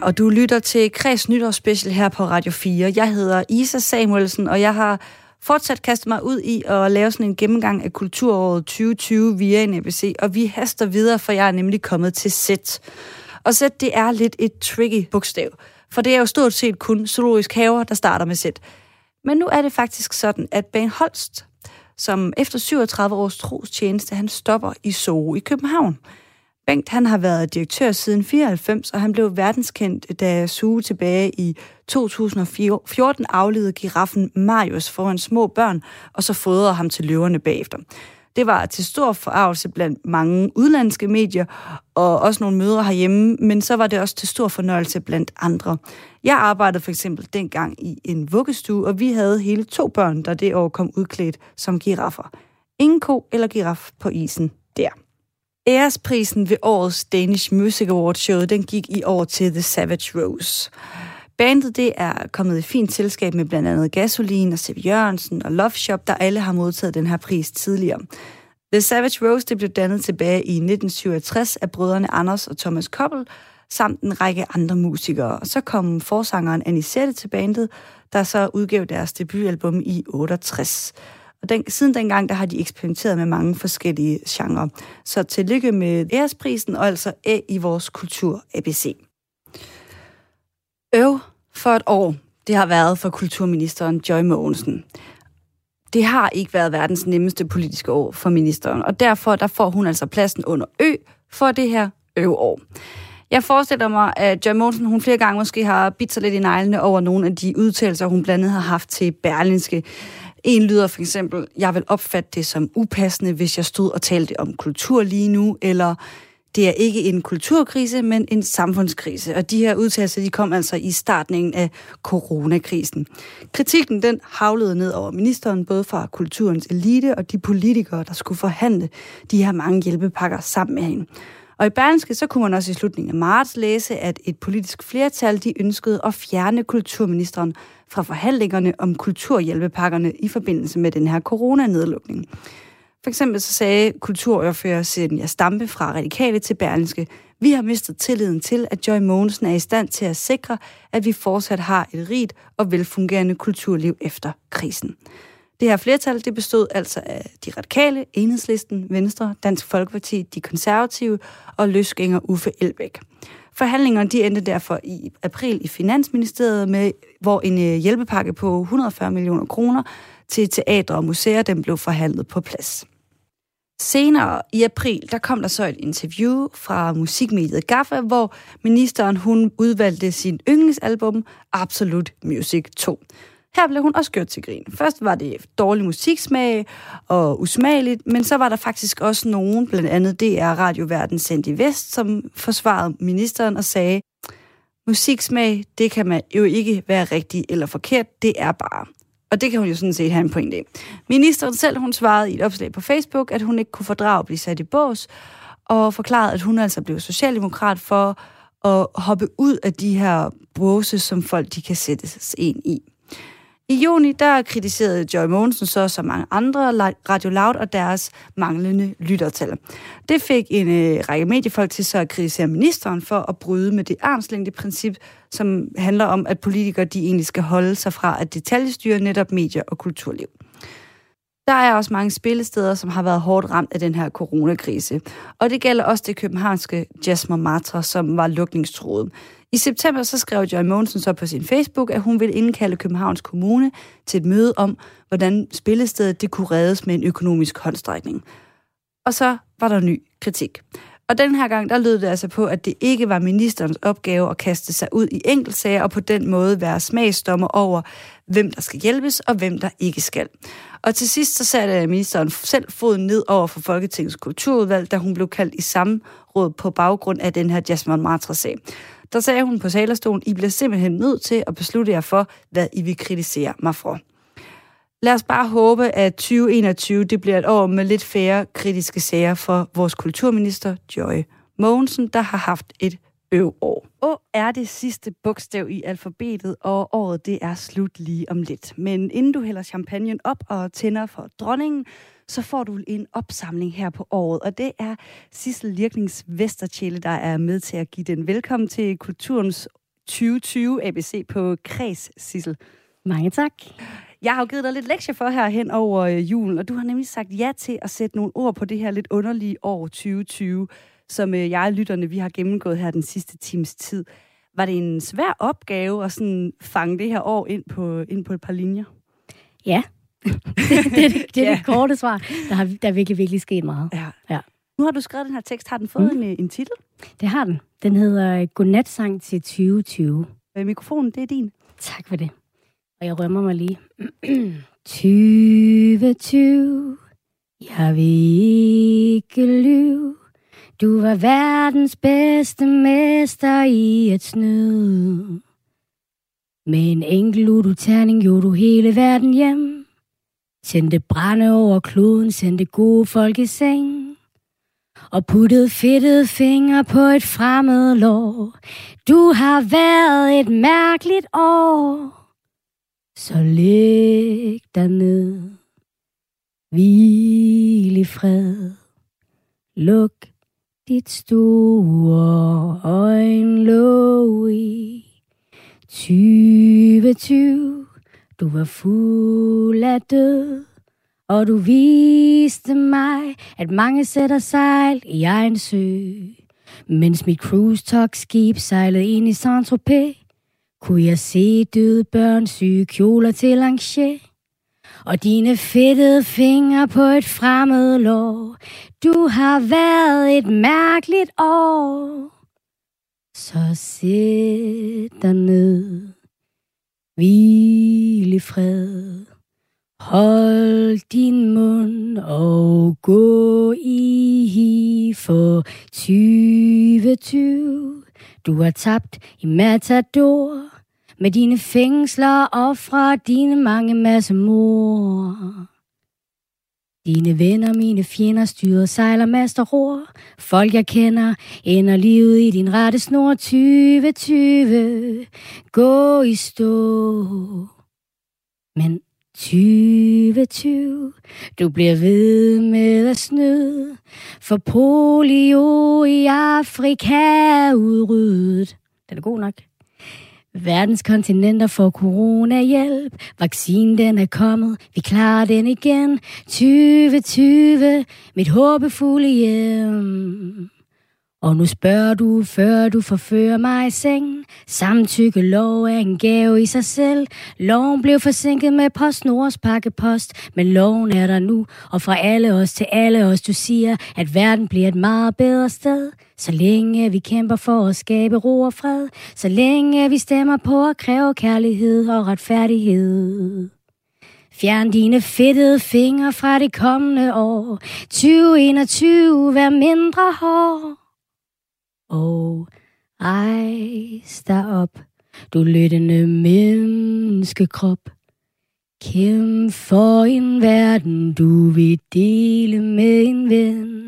og du lytter til Kreds Nytårsspecial her på Radio fire. Jeg hedder Isa Samuelsen, og jeg har fortsat kastet mig ud i at lave sådan en gennemgang af kulturåret tyve tyve via en A B C, og vi haster videre, for jeg er nemlig kommet til Z. Og Z, det er lidt et tricky bogstav, for det er jo stort set kun zoologisk haver, der starter med Z. Men nu er det faktisk sådan, at Bang Holst, som efter syvogtredive års trostjeneste, han stopper i Zoo i København. Bengt, han har været direktør siden fireoghalvfems, og han blev verdenskendt, da Zoo tilbage i to tusind og fjorten aflevede giraffen Marius foran små børn, og så fodrede ham til løverne bagefter. Det var til stor forargelse blandt mange udlandske medier, og også nogle mødre herhjemme, men så var det også til stor fornøjelse blandt andre. Jeg arbejdede for eksempel dengang i en vuggestue, og vi havde hele to børn, der det år kom udklædt som giraffer. Ingen ko eller giraf på isen der. Æresprisen ved årets Danish Music Awards show, den gik i år til The Savage Rose. Bandet, det er kommet i fint selskab med blandt andet Gasolin og Sev Jørgensen og Love Shop, der alle har modtaget den her pris tidligere. The Savage Rose, det blev dannet tilbage i nitten syvogtres af brødrene Anders og Thomas Koppel, samt en række andre musikere. Og så kom forsangeren Anisette til bandet, der så udgav deres debutalbum i otteogtres. Og den, siden dengang, der har de eksperimenteret med mange forskellige genrer. Så tillykke med æresprisen, og altså A i vores kultur A B C. Øv for et år, det har været for kulturministeren Joy Mogensen. Det har ikke været verdens nemmeste politiske år for ministeren, og derfor der får hun altså pladsen under Ø for det her øv-år. Jeg forestiller mig, at Joy Mogensen, hun flere gange måske har bidt sig lidt i neglene over nogle af de udtalelser, hun blandt andet har haft til Berlingske. En lyder for eksempel, jeg vil opfatte det som upassende, hvis jeg stod og talte om kultur lige nu, eller det er ikke en kulturkrise, men en samfundskrise. Og de her udtalelser, de kom altså i startningen af coronakrisen. Kritikken, den havlede ned over ministeren, både fra kulturens elite og de politikere, der skulle forhandle de her mange hjælpepakker sammen med hende. Og i Berlingske, så kunne man også i slutningen af marts læse, at et politisk flertal, de ønskede at fjerne kulturministeren fra forhandlingerne om kulturhjælpepakkerne i forbindelse med den her coronanedlukning. For eksempel så sagde kulturordfører Zenia Stampe fra Radikale til Berlingske, vi har mistet tilliden til, at Joy Mogensen er i stand til at sikre, at vi fortsat har et rigt og velfungerende kulturliv efter krisen. Det her flertal, det bestod altså af de radikale, Enhedslisten, Venstre, Dansk Folkeparti, de konservative og løsgænger Uffe Elbæk. Forhandlingerne, de endte derfor i april i Finansministeriet, med, hvor en hjælpepakke på et hundrede og fyrre millioner kroner til teatre og museer, den blev forhandlet på plads. Senere i april, der kom der så et interview fra musikmediet Gaffa, hvor ministeren hun udvalgte sin yndlingsalbum Absolute Music to. Her blev hun også gjort til grin. Først var det dårlig musiksmag og usmageligt, men så var der faktisk også nogen, blandt andet D R radioverden Sandy Vest, som forsvarede ministeren og sagde, musiksmag, det kan man jo ikke være rigtig eller forkert, det er bare. Og det kan hun jo sådan set have en pointe af. Ministeren selv, hun svarede i et opslag på Facebook, at hun ikke kunne fordrage at blive sat i bås, og forklarede, at hun altså blev socialdemokrat for at hoppe ud af de her båse, som folk de kan sættes ind i. I juni, der kritiserede Joy Mogensen så som mange andre Radio Loud og deres manglende lyttertal. Det fik en øh, række mediefolk til så at kritisere ministeren for at bryde med det armslængdeprincip, som handler om, at politikere de egentlig skal holde sig fra at detaljstyre netop medier og kulturliv. Der er også mange spillesteder, som har været hårdt ramt af den her coronakrise. Og det gælder også det københavnske Jazz Montmartre, som var lukningstruet. I september så skrev Joy Mogensen så på sin Facebook, at hun ville indkalde Københavns Kommune til et møde om, hvordan spillestedet det kunne reddes med en økonomisk håndstrækning. Og så var der ny kritik. Og den her gang, der lød det altså på, at det ikke var ministerens opgave at kaste sig ud i enkeltsager og på den måde være smagsdommer over, hvem der skal hjælpes og hvem der ikke skal. Og til sidst så satte ministeren selv foden ned over for Folketingets kulturudvalg, da hun blev kaldt i samråd på baggrund af den her Jazz Montmartre-sag. Der sagde hun på talerstolen, I bliver simpelthen nødt til at beslutte jer for, hvad I vil kritisere mig for. Lad os bare håbe, at tyve enogtyve det bliver et år med lidt færre kritiske sager for vores kulturminister Joy Mogensen, der har haft et øv-år. Å er det sidste bogstav i alfabetet, og året det er slut lige om lidt. Men inden du hælder champagnen op og tænder for dronningen, så får du en opsamling her på året, og det er Sissel Lirknings Vestertjæle, der er med til at give den velkommen til kulturens tyve tyve A B C på Kreds, Sissel. Mange tak. Jeg har jo givet dig lidt lektier for her hen over øh, julen, og du har nemlig sagt ja til at sætte nogle ord på det her lidt underlige år tyve tyve, som øh, jeg og lytterne, vi har gennemgået her den sidste times tid. Var det en svær opgave at sådan fange det her år ind på, ind på et par linjer? Ja, det, det, det er ja. det korte svar. Der har der er virkelig, virkelig sket meget. Ja. Ja. Nu har du skrevet den her tekst. Har den fået mm. en, en titel? Det har den. Den hedder Godnatsang til tyve tyve. Mikrofonen, det er din. Tak for det. Og jeg rømmer mig lige. tyve tyve, jeg vil ikke lyve. Du var verdens bedste mester i at snyde. Med en enkelt uduterning gjorde du hele verden hjem. Sendte brænde over kloden, sendte gode folk i seng. Og puttede fedtede fingre på et fremmed lår. Du har været et mærkeligt år. Så læg dig ned. Hvil i fred. Luk dit store øjenlåg i. tyve tyve, du var fuld af død. Og du viste mig, at mange sætter sejl i egen sø. Mens mit cruise-tog-skib sejlede ind i Saint-Tropez, kunne jeg se døde børn syge kjoler til lancier. Og dine fedtede fingre på et fremmed lår. Du har været et mærkeligt år. Så sæt dig ned. Hvil i fred. Hold din mund og gå i hi for tyve tyve. Du har tabt i Matador med dine fængsler og fra dine mange masse mor. Dine venner, mine fjender, styrer sejler masterror. Folk jeg kender, ender livet i din rette snor. tyve tyve, gå i stå. Men tyve tyve, du bliver ved med at snyde, for polio i Afrika er udryddet. Den er god nok. Verdens kontinenter får corona-hjælp. Vaccinen den er kommet, vi klarer den igen. tyve tyve, mit håbefulde hjem. Og nu spørger du, før du forfører mig i sengen. Samtykkelov er en gave i sig selv. Loven blev forsinket med PostNords pakkepost, men loven er der nu. Og fra alle os til alle os, du siger, at verden bliver et meget bedre sted. Så længe vi kæmper for at skabe ro og fred. Så længe vi stemmer på at kræve kærlighed og retfærdighed. Fjern dine fedtede fingre fra det kommende år. tyve enogtyve, vær mindre hård. Og rejs dig op, du lyttende menneskekrop. Kæmp for en verden, du vil dele med en ven.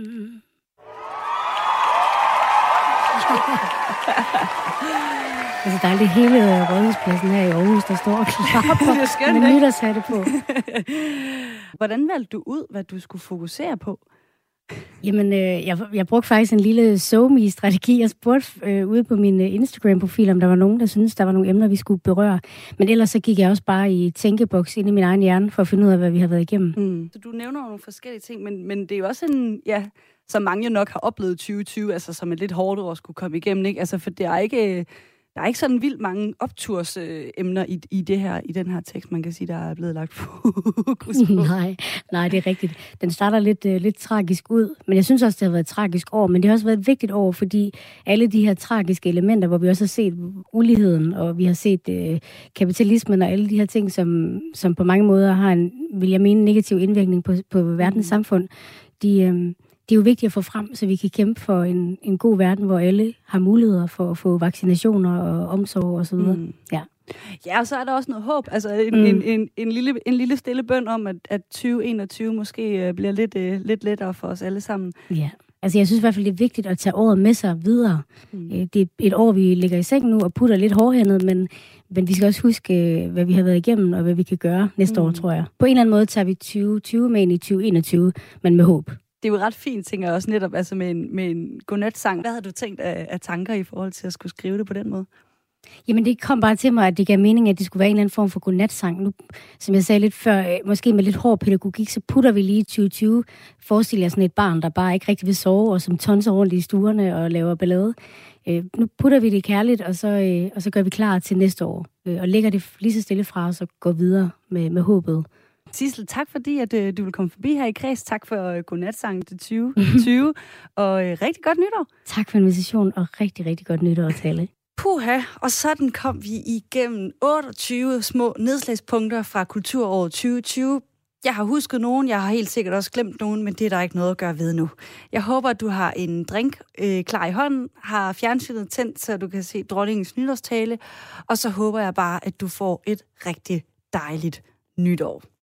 Altså, der er lidt hele Rådhuspladsen her i Aarhus, der står og klapper med nytårshatte på. Hvordan valgte du ud, hvad du skulle fokusere på? Jamen, øh, jeg, jeg brugte faktisk en lille SoMe-strategi. Jeg spurgte øh, ude på min Instagram-profil, om der var nogen, der syntes, der var nogle emner, vi skulle berøre. Men ellers så gik jeg også bare i tænkeboks ind i min egen hjerne, for at finde ud af, hvad vi har været igennem. Mm. Så du nævner nogle forskellige ting, men, men det er jo også en, ja, som mange jo nok har oplevet tyve tyve, altså som et lidt hårdt år skulle komme igennem, ikke? Altså, for det er ikke... Der er ikke sådan vildt mange optursemner øh, i, i, det her, i den her tekst, man kan sige, der er blevet lagt fokus på. Nej, nej, det er rigtigt. Den starter lidt, øh, lidt tragisk ud, men jeg synes også, det har været et tragisk år, men det har også været et vigtigt år, fordi alle de her tragiske elementer, hvor vi også har set uligheden, og vi har set øh, kapitalismen og alle de her ting, som, som på mange måder har en, vil jeg mene, negativ indvirkning på, på verdens samfund, de... Øh, Det er jo vigtigt at få frem, så vi kan kæmpe for en, en god verden, hvor alle har muligheder for at få vaccinationer og omsorg og så videre. Mm. Ja. Ja, og så er der også noget håb. Altså en, mm. en, en, en, lille, en lille stille bøn om, at, at tyve enogtyve måske bliver lidt, uh, lidt lettere for os alle sammen. Ja, altså jeg synes i hvert fald, det er vigtigt at tage året med sig videre. Mm. Det er et år, vi ligger i sengen nu og putter lidt hårdhændet, men, men vi skal også huske, hvad vi har været igennem og hvad vi kan gøre næste mm. år, tror jeg. På en eller anden måde tager vi tyve tyve med ind i tyve enogtyve, men med håb. Det er jo ret fint, tænker jeg også netop, altså med en, med en godnatsang. Hvad havde du tænkt af, af tanker i forhold til at skulle skrive det på den måde? Jamen, det kom bare til mig, at det gav mening, at det skulle være en eller anden form for godnatsang. Nu, som jeg sagde lidt før, måske med lidt hård pædagogik, så putter vi lige tyve tyve. Forestil jer sådan et barn, der bare ikke rigtig vil sove, og som tonser rundt i stuerne og laver ballade. Øh, nu putter vi det kærligt, og så, øh, og så gør vi klar til næste år. Øh, og lægger det lige så stille fra os og går videre med, med håbet. Sissel, tak fordi, at øh, du vil komme forbi her i Kreds. Tak for øh, godnatsangen til tyve tyve, og øh, rigtig godt nytår. Tak for invitationen, og rigtig, rigtig godt nytår at tale. Puha, og sådan kom vi igennem otteogtyve små nedslagspunkter fra kulturåret tyve tyve. Jeg har husket nogen, jeg har helt sikkert også glemt nogen, men det er der ikke noget at gøre ved nu. Jeg håber, at du har en drink øh, klar i hånden, har fjernsynet tændt, så du kan se dronningens nytårstale, og så håber jeg bare, at du får et rigtig dejligt nytår.